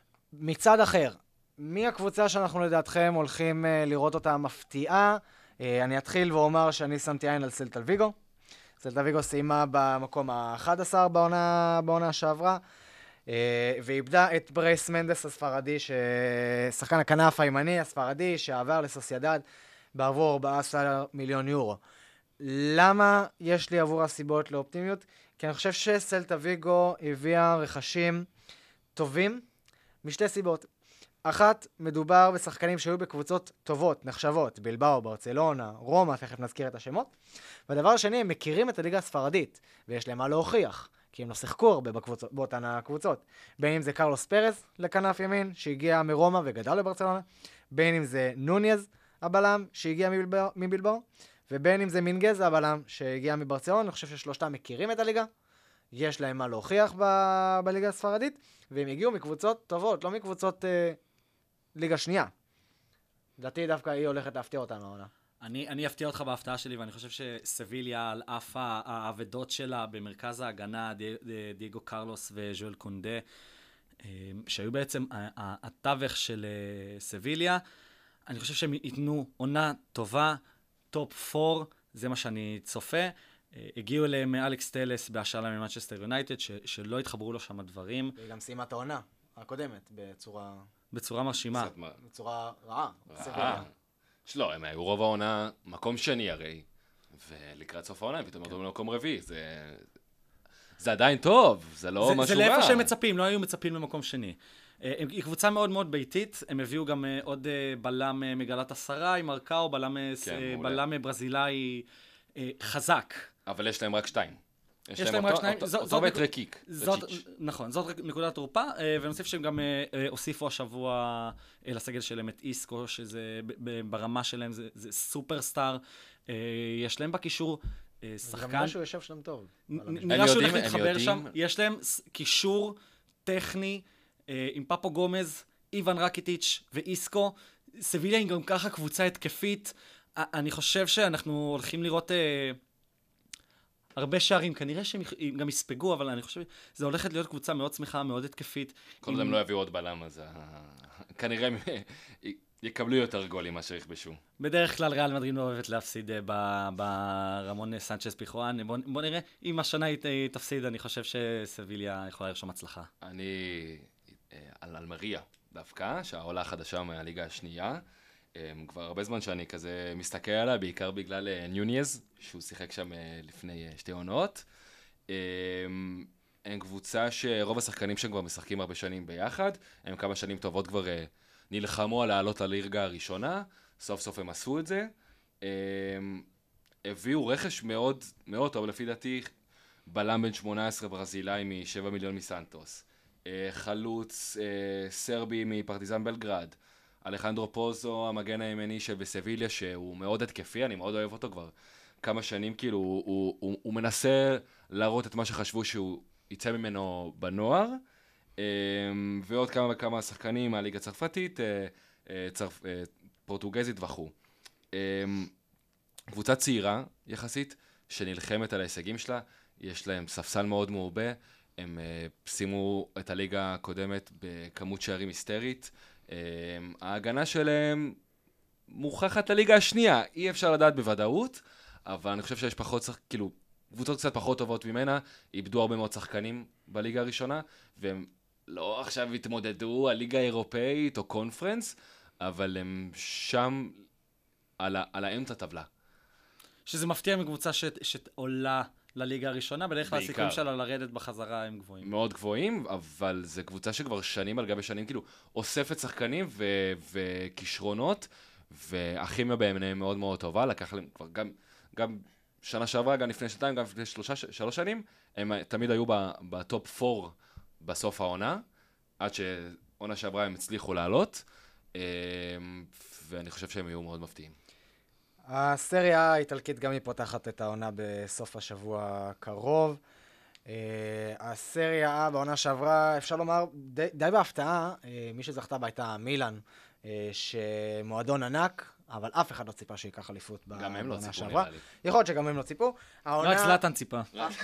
Speaker 2: מצד אחר, מי הקבוצה שאנחנו לדעתכם הולכים uh, לראות אותה מפתיעה? Uh, אני אתחיל ואומר שאני שמתי עין על סלטה ויגו. סלטה ויגו סיימה במקום ה-אחד עשר בעונה, בעונה שעברה. Uh, ואיבדה את ברייס מנדס הספרדי, שחקן הכנף הימני הספרדי, שעבר לסוסיידד בעבור ארבעה עשר מיליון יורו. למה יש לי עבור הסיבות לאופטימיות? כי אני חושב שסלטה ויגו הביאה רכשים טובים משתי סיבות. אחת, מדובר בשחקנים שהיו בקבוצות טובות, נחשבות, בלבאו, ברצלונה, רומא, תכף נזכיר את השמות. והדבר השני, הם מכירים את הליגה הספרדית, ויש להם מה להוכיח. כי הם לא שיחקו הרבה בקבוצות, באותן הקבוצות. בין אם זה קרלוס פרס לכנף ימין, שהגיע מרומא וגדל בברצלונה, בין אם זה נוניז הבלם, שהגיע מבלבאו, מבלבאו, ובין אם זה מינגז הבלם, שהגיע מברצלונה. אני חושב ששלושתם מכירים את הליגה, יש להם מה להוכיח ב- בליגה הספרדית, והם הגיעו מקבוצות טובות, לא מקבוצות אה, ליגה שנייה. לדעתי דווקא היא הולכת להפתיע אותנו העונה.
Speaker 4: אני, אני אפתיע אותך בהפתעה שלי, ואני חושב שסביליה, על אף ה- האבדות שלה במרכז ההגנה, די- די- דייגו קרלוס וז'ואל קונדה, אה, שהיו בעצם ה- ה- התווך של אה, סביליה, אני חושב שהם ייתנו עונה טובה, טופ ארבע, זה מה שאני צופה. אה, הגיעו אליהם אלכס טלס בהשאלה ממנצ'סטר יונייטד, ש- שלא התחברו לו שם הדברים,
Speaker 2: והיא גם סיימה את העונה הקודמת בצורה,
Speaker 4: בצורה מרשימה.
Speaker 3: קצת מה-
Speaker 2: בצורה רעה.
Speaker 3: רעה.
Speaker 2: סביליה.
Speaker 3: שלא, הם היו רוב העונה מקום שני הרי, ולקראת סוף העונה הם פתאום ירדו למקום רביעי, זה... זה עדיין טוב, זה לא
Speaker 4: זה,
Speaker 3: משהו
Speaker 4: זה
Speaker 3: רע.
Speaker 4: לאיפה שהם מצפים, לא היו מצפים למקום שני. אה, היא קבוצה מאוד מאוד ביתית, הם הביאו גם אה, עוד אה, בלם אה, מגלת עשרה, מרקאו, בלם, אה, ס-
Speaker 3: כן,
Speaker 4: אה,
Speaker 3: מעולה.
Speaker 4: בלם אה, ברזילאי אה, חזק.
Speaker 3: אבל יש להם רק שתיים.
Speaker 4: יש להם רק
Speaker 3: אותו-
Speaker 4: שניים,
Speaker 3: אותו-
Speaker 4: זו-
Speaker 3: אותו
Speaker 4: זאת
Speaker 3: ואת
Speaker 4: נקוד-
Speaker 3: רקיק.
Speaker 4: זאת,
Speaker 3: רצ'יץ'.
Speaker 4: נכון, זאת רק נקודת תורפה, אה, ונוסיף שהם גם אה, אה, הוסיפו השבוע אה, לסגל שלהם את איסקו, שזה ב- ב- ברמה שלהם זה, זה סופרסטאר. אה, יש להם בקישור אה,
Speaker 2: זה גם
Speaker 4: שחקן,
Speaker 2: נראה שהוא יושב שם טוב.
Speaker 4: נ-
Speaker 2: על
Speaker 4: נ-
Speaker 2: המשבצת.
Speaker 4: נראה שהוא
Speaker 3: יודעים-
Speaker 4: הולך
Speaker 3: הם
Speaker 4: להתחבר
Speaker 3: יודעים-
Speaker 4: שם, יש להם ס- קישור טכני אה, עם פאפו גומז, איוון רקיטיץ' ואיסקו. סביליה היא גם ככה קבוצה התקפית. א- אני חושב שאנחנו הולכים לראות אה, הרבה שערים, כנראה שהם יכ- גם יספגו, אבל אני חושב שזה הולכת להיות קבוצה מאוד שמחה, מאוד התקפית.
Speaker 3: כל עוד הם לא יביאו עוד בלם, אז ה- כנראה הם י- יקבלו יותר גולים מאשר יכבשו.
Speaker 4: בדרך כלל ריאל מדריד לא אוהבת להפסיד אה, ב- ברמון סנצ'ס פיחואן. בוא, בוא נראה, אם השנה היא ת- היא תפסיד, אני חושב שסביליה יכולה לרשום הצלחה.
Speaker 3: אני אה, על אלמריה דווקא, שהעולה החדשה מהליגה השנייה. אה, כבר הרבה זמן שאני כזה מסתכל עליה, בעיקר בגלל אה, ניוניז, שהוא שיחק שם אה, לפני אה, שתי עונות. אה, הם קבוצה שרוב השחקנים שהם כבר משחקים הרבה שנים ביחד, הם כמה שנים טובות כבר אה, נלחמו על לעלות לליגה הראשונה, סוף סוף הם עשו את זה. אה, הביאו רכש מאוד מאוד טוב, לפי דעתי, בלם בן שמונה עשרה ברזילאי מ-שבעה מיליון מסנטוס. אה, חלוץ אה, סרבי מפרטיזן בלגרד. אלחנדרו פוזו, המגן הימני של בסביליה, שהוא מאוד התקפי, אני מאוד אוהב אותו כבר כמה שנים, כאילו, הוא, הוא, הוא, הוא מנסה להראות את מה שחשבו שהוא יצא ממנו בנוער, אה, ועוד כמה וכמה שחקנים מהליגה הצרפתית, אה, אה, צרפ, אה, פורטוגזית וכו'. אה, קבוצה צעירה יחסית, שנלחמת על ההישגים שלה, יש להם ספסל מאוד מעובה, הם uh, שימו את הליגה הקודמת בכמות שערים היסטרית, uh, ההגנה שלהם מוכחת לליגה השנייה, אי אפשר לדעת בוודאות, אבל אני חושב שיש פחות, כאילו, קבוצות קצת פחות טובות ממנה, איבדו הרבה מאוד שחקנים בליגה הראשונה, והם לא עכשיו התמודדו על ליגה אירופאית או קונפרנס, אבל הם שם על, ה- על האמצע טבלה.
Speaker 4: שזה מפתיע מקבוצה ש- שעולה לליגה הראשונה, בדרך כלל
Speaker 3: בעיקר.
Speaker 4: הסיכויים שלה לרדת בחזרה הם גבוהים.
Speaker 3: מאוד גבוהים, אבל זו קבוצה שכבר שנים על גבי שנים, כאילו, אוספת שחקנים ו- וכישרונות, והכימיה ביניהם מאוד מאוד טובה, לקח להם כבר גם, גם שנה שעברה, גם לפני שנתיים, גם לפני שלושה, שלוש שנים, הם תמיד היו ב- בטופ פור בסוף העונה, עד שעונה שעברה הם הצליחו לעלות, אה, ואני חושב שהם היו מאוד מפתיעים.
Speaker 2: הסריה האיטלקית גם היא פותחת את העונה בסוף השבוע הקרוב. Uh, הסריה בעונה שעברה, אפשר לומר, די, די בהפתעה, uh, מי שזכתה בה הייתה מילאן, uh, שמועדון ענק, אבל אף אחד לא ציפה שייקח אליפות ב-
Speaker 3: גם הם לא
Speaker 2: בעונה
Speaker 3: ציפו
Speaker 2: שעברה.
Speaker 3: נראה לי.
Speaker 2: יכול להיות שגם הם לא ציפו. העונה,
Speaker 4: רק זלאטן ציפה.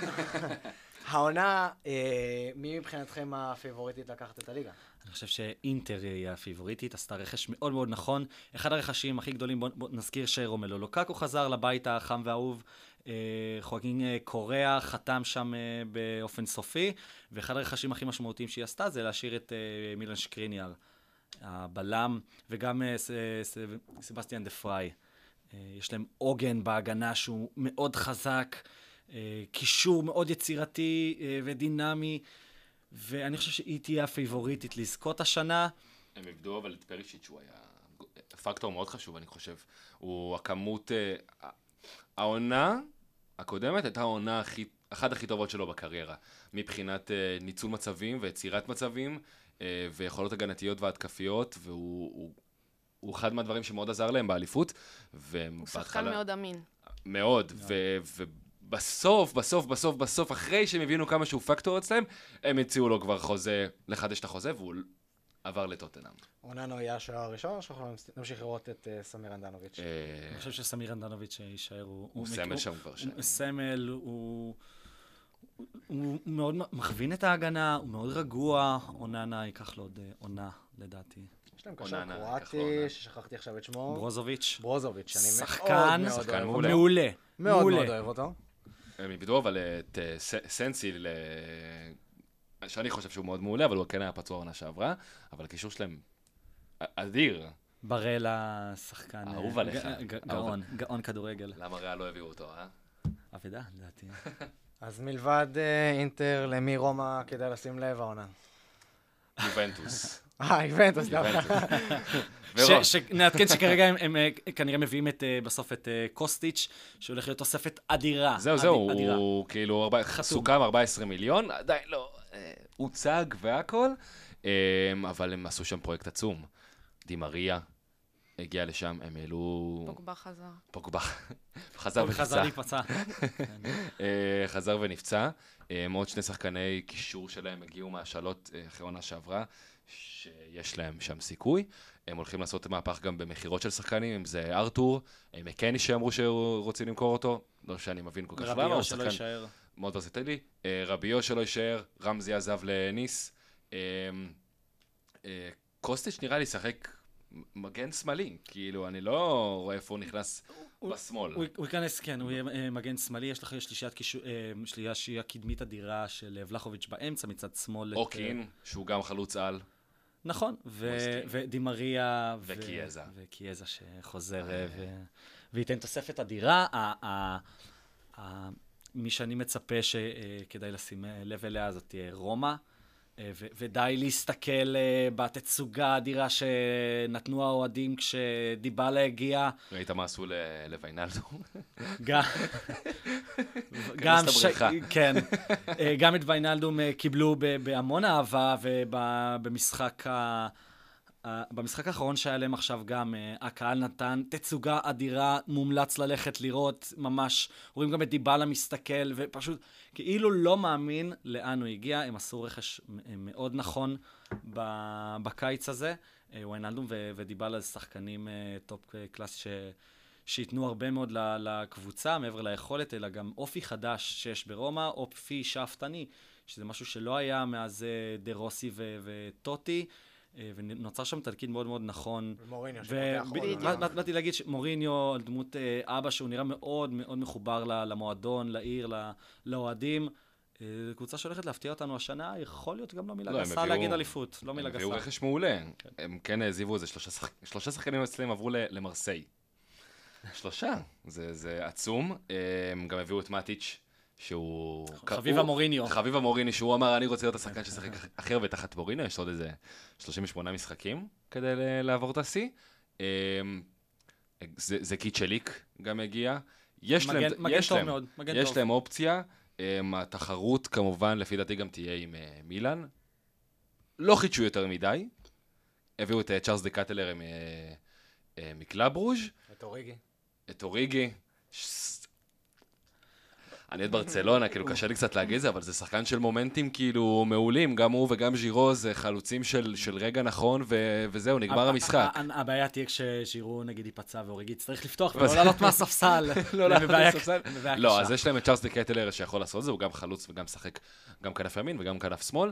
Speaker 2: העונה, uh, מי מבחינתכם הפייבוריטית לקחת את הליגה?
Speaker 4: אני חושב שאינטר היא הפיבוריטית, עשתה רכש מאוד מאוד נכון. אחד הרכשים הכי גדולים, בוא, בוא נזכיר שרומלו לוקאקו חזר לבית החם והאהוב, אה, חואקין אה, קוריאה חתם שם אה, באופן סופי, ואחד הרכשים הכי משמעותיים שהיא עשתה זה להשאיר את אה, מילן שקריניאר, הבלם, וגם אה, ס, ס, סבסטיאן דה פריי. אה, יש להם עוגן בהגנה שהוא מאוד חזק, אה, קישור מאוד יצירתי אה, ודינמי, ואני חושב שהיא תהיה הפייבוריטית לזכות השנה.
Speaker 3: הם איבדו אבל את פרישיץ', הוא היה פקטור מאוד חשוב, אני חושב. הוא הכמות, אה, העונה הקודמת הייתה העונה הכי, אחת הכי טובות שלו בקריירה, מבחינת אה, ניצול מצבים ויצירת מצבים, אה, ויכולות הגנתיות והתקפיות, והוא הוא, הוא אחד מהדברים שמאוד עזר להם באליפות.
Speaker 5: הוא שחקן מאוד אמין.
Speaker 3: מאוד, ו... ו- בסוף, בסוף, בסוף, בסוף, אחרי שהם הבינו כמה שהוא פקטור אצלם, הם הציעו לו כבר חוזה, לחדש את החוזה, והוא עבר לטוטנהאם.
Speaker 2: אוננו יהיה השוער הראשון, או שאנחנו נמשיך לראות את uh, סמיר אנדנוביץ'?
Speaker 3: אה,
Speaker 4: אני חושב שסמיר אנדנוביץ' יישאר, הוא...
Speaker 3: הוא סמל שם כבר שנים.
Speaker 4: הוא סמל, הוא... הוא מאוד מכווין את ההגנה, הוא מאוד רגוע, אוננה ייקח לו עוד אה, עונה, לדעתי.
Speaker 2: יש להם קשר
Speaker 3: אוננה, ייקח לו
Speaker 2: קרואטי,
Speaker 3: עונה.
Speaker 2: ששכחתי עכשיו את שמו.
Speaker 4: ברוזוביץ',
Speaker 2: ברוזוביץ', שאני מאוד
Speaker 4: שחקן,
Speaker 2: מאוד
Speaker 3: שחקן
Speaker 2: אוהב
Speaker 3: מעולה.
Speaker 2: אותו.
Speaker 4: מעולה,
Speaker 2: מאוד
Speaker 4: מעולה.
Speaker 2: מאוד אוהב אותו.
Speaker 3: הם איבדו אבל את אה, ס- סנסיל, אה, שאני חושב שהוא מאוד מעולה, אבל הוא כן היה פצוע עונה שעברה, אבל הקישור שלהם א- אדיר.
Speaker 4: ברלה, שחקן,
Speaker 3: אהוב
Speaker 4: אה,
Speaker 3: עליך.
Speaker 4: ג- ג- גאון, גאון כדורגל.
Speaker 3: למה ריאל לא הביאו אותו, אה?
Speaker 4: אבדה, לדעתי.
Speaker 2: אז מלבד אה, אינטר, למי רומא כדאי לשים לב העונה?
Speaker 3: יובנטוס.
Speaker 2: אה, איבנטוס דווקא.
Speaker 3: יובנטוס.
Speaker 4: ש-
Speaker 3: ורומא.
Speaker 4: שנעדכן שכרגע הם- הם אה, כנראה מביאים את, אה, בסוף את אה, קוסטיץ', שהולך להיות תוספת אדירה.
Speaker 3: זהו,
Speaker 4: אד-
Speaker 3: זהו,
Speaker 4: אדירה.
Speaker 3: הוא כאילו ארבע-
Speaker 4: חתום.
Speaker 3: סוכם ארבעה עשר מיליון, עדיין לא אה, הוצג והכל, אה, אבל הם עשו שם פרויקט עצום. דימריה, הגיע לשם, הם העלו...
Speaker 5: פוגבה חזר.
Speaker 3: פוגבה. חזר ונפצע.
Speaker 4: חזר להיפצע.
Speaker 3: אה, חזר ונפצע. אה, עוד שני שחקני קישור שלהם הגיעו מהשאלות אה, אחרי עונה שעברה, שיש להם שם סיכוי. הם הולכים לעשות מהפך גם במחירות של שחקנים, אם זה ארתור, מקני שאמרו שרוצים למכור אותו, לא שאני מבין כל כך למה,
Speaker 4: רביו שלא יישאר.
Speaker 3: מאוד ורסטילי, רביו שלא יישאר, רמזי עזב לניס, קוסטיץ' נראה לי שחק מגן שמאלי, כאילו אני לא רואה איפה הוא נכנס בשמאל.
Speaker 4: הוא ייכנס, כן, הוא יהיה מגן שמאלי, יש לך שלישייה קדמית אדירה של ולחוביץ' באמצע מצד שמאל.
Speaker 3: אוקין, שהוא גם חלוץ על.
Speaker 4: נכון, ודימריה
Speaker 3: וקיאזה.
Speaker 4: וקיאזה שחוזר וייתן תוספת אדירה. מי שאני מצפה שכדאי לשים לב אליה זאת תהיה רומא, ודי להסתכל בתצוגה האדירה שנתנו האוהדים כשדיבאלה הגיע.
Speaker 3: ראית מה עשו לוויינלדו?
Speaker 4: גם, כן, גם את ויינלדום קיבלו בהמון אהבה, ובמשחק במשחק האחרון שהיה להם עכשיו גם, הקהל נתן תצוגה אדירה, מומלץ ללכת לראות, ממש, רואים גם את דיבאלה מסתכל, ופשוט כאילו לא מאמין לאן הוא הגיע, הם עשו רכש מאוד נכון בקיץ הזה, ויינלדום ודיבאלה זה שחקנים טופ קלאס ש... שיתנו הרבה מאוד לקבוצה, מעבר ליכולת, אלא גם אופי חדש שיש ברומא, אופי שאפתני, שזה משהו שלא היה מאז דה רוסי וטוטי, ונוצר שם תלכיד מאוד מאוד נכון.
Speaker 2: ומוריניו שפותח
Speaker 4: עוד. באתי להגיד שמוריניו, על דמות אבא, שהוא נראה מאוד מאוד מחובר למועדון, לעיר, לאוהדים, קבוצה שהולכת להפתיע אותנו השנה, יכול להיות גם לא מילה גסה להגיד אליפות, לא מילה גסה.
Speaker 3: הם הביאו רכש מעולה, הם כן העזיבו איזה שלושה שחקנים אצלם עברו למרסיי. שלושה, זה, זה עצום. הם גם הביאו את מאטיץ' שהוא...
Speaker 4: חביב המוריניו.
Speaker 3: חביב המוריני, שהוא אמר, אני רוצה להיות השחקן ששחק אחר ותחת מוריניו, יש עוד איזה שלושים ושמונה משחקים כדי לעבור את השיא. זה, זה קיצ'ליק גם הגיע. יש
Speaker 4: מגן,
Speaker 3: להם,
Speaker 4: מגן
Speaker 3: יש
Speaker 4: טוב
Speaker 3: להם,
Speaker 4: מאוד, מגן
Speaker 3: יש
Speaker 4: טוב.
Speaker 3: להם אופציה. התחרות כמובן, לפי דעתי גם תהיה עם מילאן. לא חידשו יותר מדי. הביאו את צ'ארלס דה קטלר מקלאב רוז'.
Speaker 2: את אוריגי.
Speaker 3: את אוריגי. אני את ברצלונה, כאילו קשה לי קצת להגיד זה, אבל זה שחקן של מומנטים כאילו מעולים, גם הוא וגם ז'ירו זה חלוצים של רגע נכון, וזהו, נגמר המשחק.
Speaker 4: הבעיה תהיה כשז'ירו נגיד ייפצע ואוריגי יצטרך לפתוח ולא לעלות מהספסל.
Speaker 3: לא לעלות מהספסל. לא, אז יש להם את צ'ארלס דה קטלר שיכול לעשות זה, הוא גם חלוץ וגם שחק גם כנף ימין וגם כנף שמאל,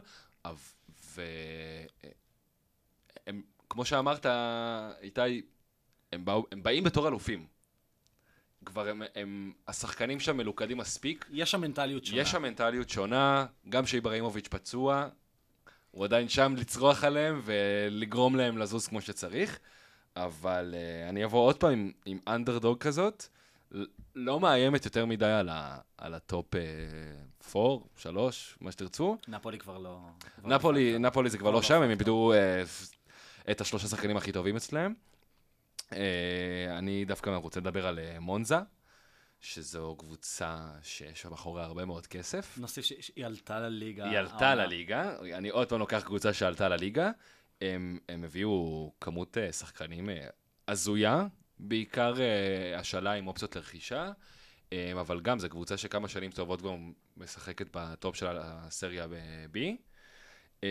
Speaker 3: וכמו שאמרת, איתי, הם באים בתור אלופים. כבר הם, הם, השחקנים שם מלוכדים מספיק.
Speaker 4: יש שם מנטליות שונה.
Speaker 3: יש שם מנטליות שונה, גם שאיברהימוביץ' פצוע, הוא עדיין שם לצרוח עליהם ולגרום להם לזוז כמו שצריך, אבל uh, אני אבוא עוד פעם עם, עם אנדרדוג כזאת, לא מאיימת יותר מדי על, ה, על הטופ ארבע, שלוש, מה שתרצו.
Speaker 4: נפולי כבר לא...
Speaker 3: נפולי, נפולי זה כבר לא שם, הם איבדו uh, את השלושה שחקנים הכי טובים אצלם. Uh, אני דווקא רוצה לדבר על uh, מונזה, שזו קבוצה שיש מאחוריה הרבה מאוד כסף.
Speaker 4: נוסיף שהיא עלתה לליגה.
Speaker 3: היא עלתה לליגה, אני עוד פעם לוקח קבוצה שעלתה לליגה. הם, הם הביאו כמות uh, שחקנים uh, הזויה, בעיקר uh, השאלה עם אופציות לרכישה, um, אבל גם זו קבוצה שכמה שנים טובות כבר משחקת בטופ של הסריה ב-B. Um,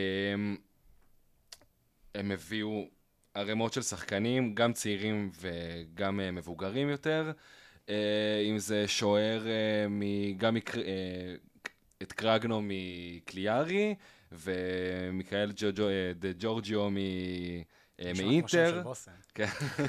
Speaker 3: הם הביאו... הרמות של שחקנים, גם צעירים וגם uh, מבוגרים יותר, uh, אם זה שוער, uh, גם מקר... uh, את קרגנו מקליארי, ומיקאל ג'וג'ו, uh, דה ג'ורג'יו מ... uh, מאינטר. כן.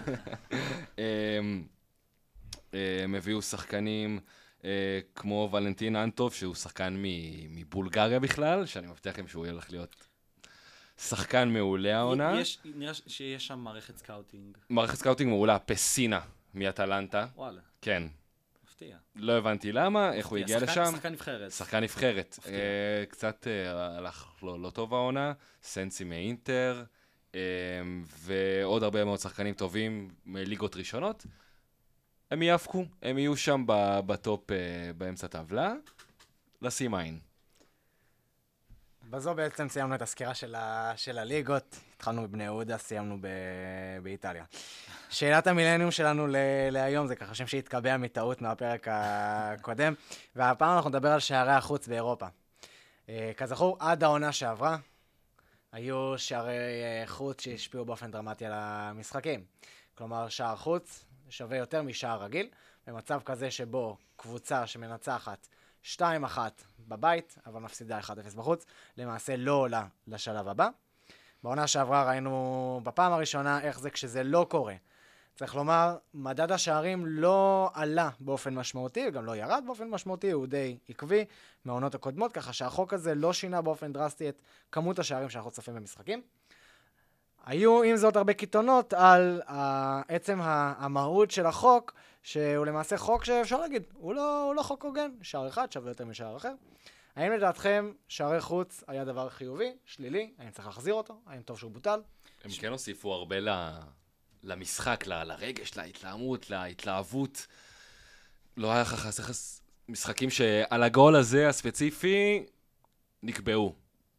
Speaker 3: הם um, הביאו שחקנים uh, כמו ולנטין אנטוב, שהוא שחקן מבולגריה בכלל, שאני מבטיח לכם שהוא ילך להיות... שחקן מעולה העונה.
Speaker 4: יש, נראה שיש שם מערכת סקאוטינג.
Speaker 3: מערכת סקאוטינג מעולה, פסינה מאטלנטה.
Speaker 4: וואלה.
Speaker 3: כן.
Speaker 4: מפתיע.
Speaker 3: לא הבנתי למה, איך הוא הגיע לשם.
Speaker 4: שחקן נבחרת.
Speaker 3: שחקן נבחרת. אה, קצת אה, הלך לא, לא טוב העונה, סנסי מאינטר, אה, ועוד הרבה מאוד שחקנים טובים מליגות ראשונות. הם יאבקו, הם יהיו שם בטופ אה, באמצע טבלה. לשים עין.
Speaker 2: בזו בעצם סיימנו את הסקירה של, ה... של הליגות, התחלנו בבני יהודה, סיימנו ב... באיטליה. שאלת המילניום שלנו ל... להיום, זה ככה שם שהתקבע מטעות מהפרק הקודם, והפעם אנחנו נדבר על שערי החוץ באירופה. כזכור, עד העונה שעברה, היו שערי חוץ שהשפיעו באופן דרמטי על המשחקים. כלומר, שער חוץ שווה יותר משער רגיל, במצב כזה שבו קבוצה שמנצחת שתיים אחת בבית, אבל מפסידה אחד אפס בחוץ, למעשה לא עולה לשלב הבא. בעונה שעברה ראינו בפעם הראשונה איך זה כשזה לא קורה. צריך לומר, מדד השערים לא עלה באופן משמעותי, וגם לא ירד באופן משמעותי, הוא די עקבי מהעונות הקודמות, ככה שהחוק הזה לא שינה באופן דרסטי את כמות השערים שאנחנו צופים במשחקים. היו עם זאת הרבה קיתונות על עצם המהות של החוק, שהוא למעשה חוק שאפשר להגיד, הוא לא, הוא לא חוק הוגן, שער אחד שווה יותר משער אחר. האם לדעתכם שערי חוץ היה דבר חיובי, שלילי? האם צריך להחזיר אותו? האם טוב שהוא בוטל?
Speaker 3: הם כן הוסיפו הרבה ל... למשחק, ל... לרגש, להתלהמות, להתלהבות. לא היה חסך חס... משחקים שעל הגול הזה הספציפי נקבעו.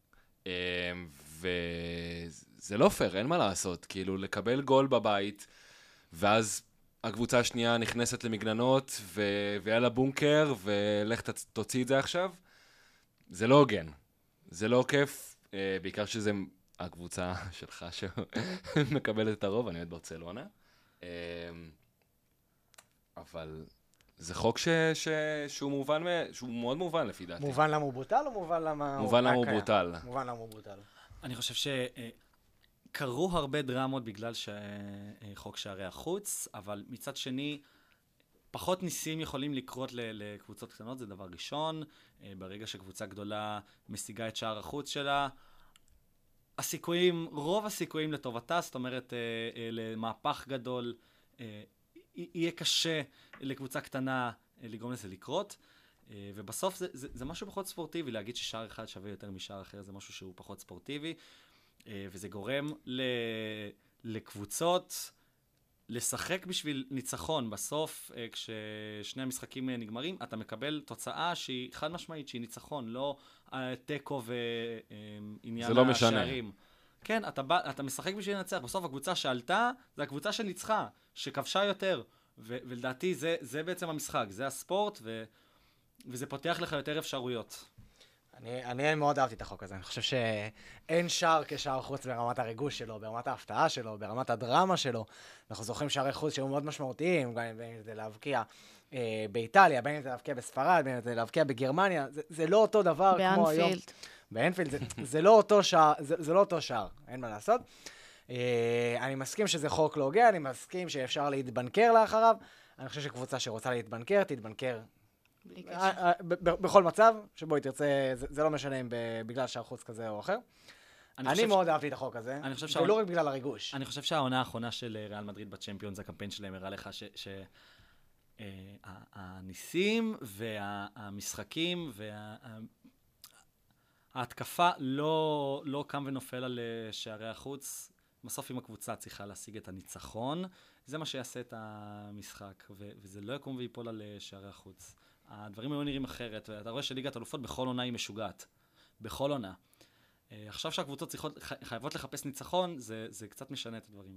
Speaker 3: וזה לא פייר, אין מה לעשות. כאילו, לקבל גול בבית, ואז הקבוצה השנייה נכנסת למגננות, ו... ויאללה בונקר, ולך ת... תוציא את זה עכשיו. זה לא הוגן. זה לא כיף, בעיקר שזה הקבוצה שלך שמקבלת את הרוב, אני עומד ברצלונה. אבל זה חוק ש... ש... שהוא מובן, שהוא מאוד מובן לפי דעתי.
Speaker 2: מובן למה הוא בוטל או מובן למה...
Speaker 3: מובן למה הוא בוטל.
Speaker 2: מובן למה הוא בוטל.
Speaker 4: אני חושב שקרו הרבה דרמות בגלל חוק שערי החוץ, אבל מצד שני, פחות ניסים יכולים לקרות לקבוצות קטנות, זה דבר ראשון. ברגע שקבוצה גדולה משיגה את שער החוץ שלה, הסיכויים, רוב הסיכויים לטובתה, זאת אומרת, למהפך גדול, יהיה קשה לקבוצה קטנה לגרום לזה לקרות. ובסוף זה, זה, זה משהו פחות ספורטיבי, להגיד ששער אחד שווה יותר משער אחר, זה משהו שהוא פחות ספורטיבי, וזה גורם ל, לקבוצות לשחק בשביל ניצחון. בסוף, כששני המשחקים נגמרים, אתה מקבל תוצאה שהיא חד משמעית, שהיא ניצחון, לא טקו ועניין
Speaker 3: זה לא
Speaker 4: השערים.
Speaker 3: משנה.
Speaker 4: כן, אתה, בא, אתה משחק בשביל לנצח. בסוף הקבוצה שעלתה, זה הקבוצה שניצחה, שכבשה יותר. ו- ולדעתי זה, זה בעצם המשחק, זה הספורט, ו- וזה פותח לך יותר אפשרויות.
Speaker 2: אני, אני מאוד אהבתי את החוק הזה. אני חושב שאין שער כשער חוץ ברמת הריגוש שלו, ברמת ההפתעה שלו, ברמת הדרמה שלו. אנחנו זוכרים שערי חוץ שהיו מאוד משמעותיים, גם בין אם זה להבקיע אה, באיטליה, בין אם זה להבקיע בספרד, בין אם זה להבקיע בגרמניה. זה, זה לא אותו דבר כמו היום.
Speaker 5: באנפילד.
Speaker 2: באנפילד. זה, זה, לא אותו שער, זה, זה לא אותו שער, אין מה לעשות. אה, אני מסכים שזה חוק לא הוגן, אני מסכים שאפשר להתבנקר לאחריו. אני חושב שקבוצה שרוצה להתבנקר, תתבנקר.
Speaker 5: בלי קשר.
Speaker 2: בכל מצב שבו היא תרצה, זה לא משנה אם בגלל שער חוץ כזה או אחר. אני מאוד אהבתי את החוק הזה, ולא רק בגלל הריגוש.
Speaker 4: אני חושב שהעונה האחרונה של ריאל מדריד בצ'מפיונס, הקמפיין שלהם הראה לך שהניסים והמשחקים וההתקפה לא קם ונופל על שערי החוץ. בסוף אם הקבוצה צריכה להשיג את הניצחון, זה מה שיעשה את המשחק, וזה לא יקום ויפול על שערי החוץ. הדברים היו נראים אחרת, ואתה רואה שליגת אלופות בכל עונה היא משוגעת. בכל עונה. עכשיו שהקבוצות צריכות, חייבות לחפש ניצחון, זה, זה קצת משנה את הדברים.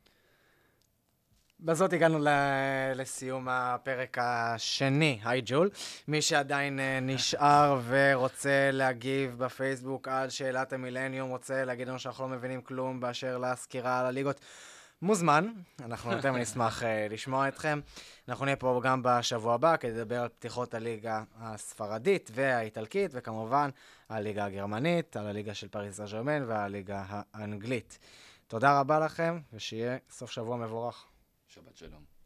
Speaker 2: בזאת הגענו ל- לסיום הפרק השני, היי ג'ול. מי שעדיין נשאר ורוצה להגיב בפייסבוק על שאלת המילניום, רוצה להגיד לנו שאנחנו לא מבינים כלום באשר לסקירה על הליגות, מוזמן, אנחנו יותר נשמח uh, לשמוע אתכם. אנחנו נהיה פה גם בשבוע הבא כדי לדבר על פתיחות הליגה הספרדית והאיטלקית, וכמובן הליגה הגרמנית, על הליגה של פריז סן ז'רמן והליגה האנגלית. תודה רבה לכם, ושיהיה סוף שבוע מבורך.
Speaker 3: שבת שלום.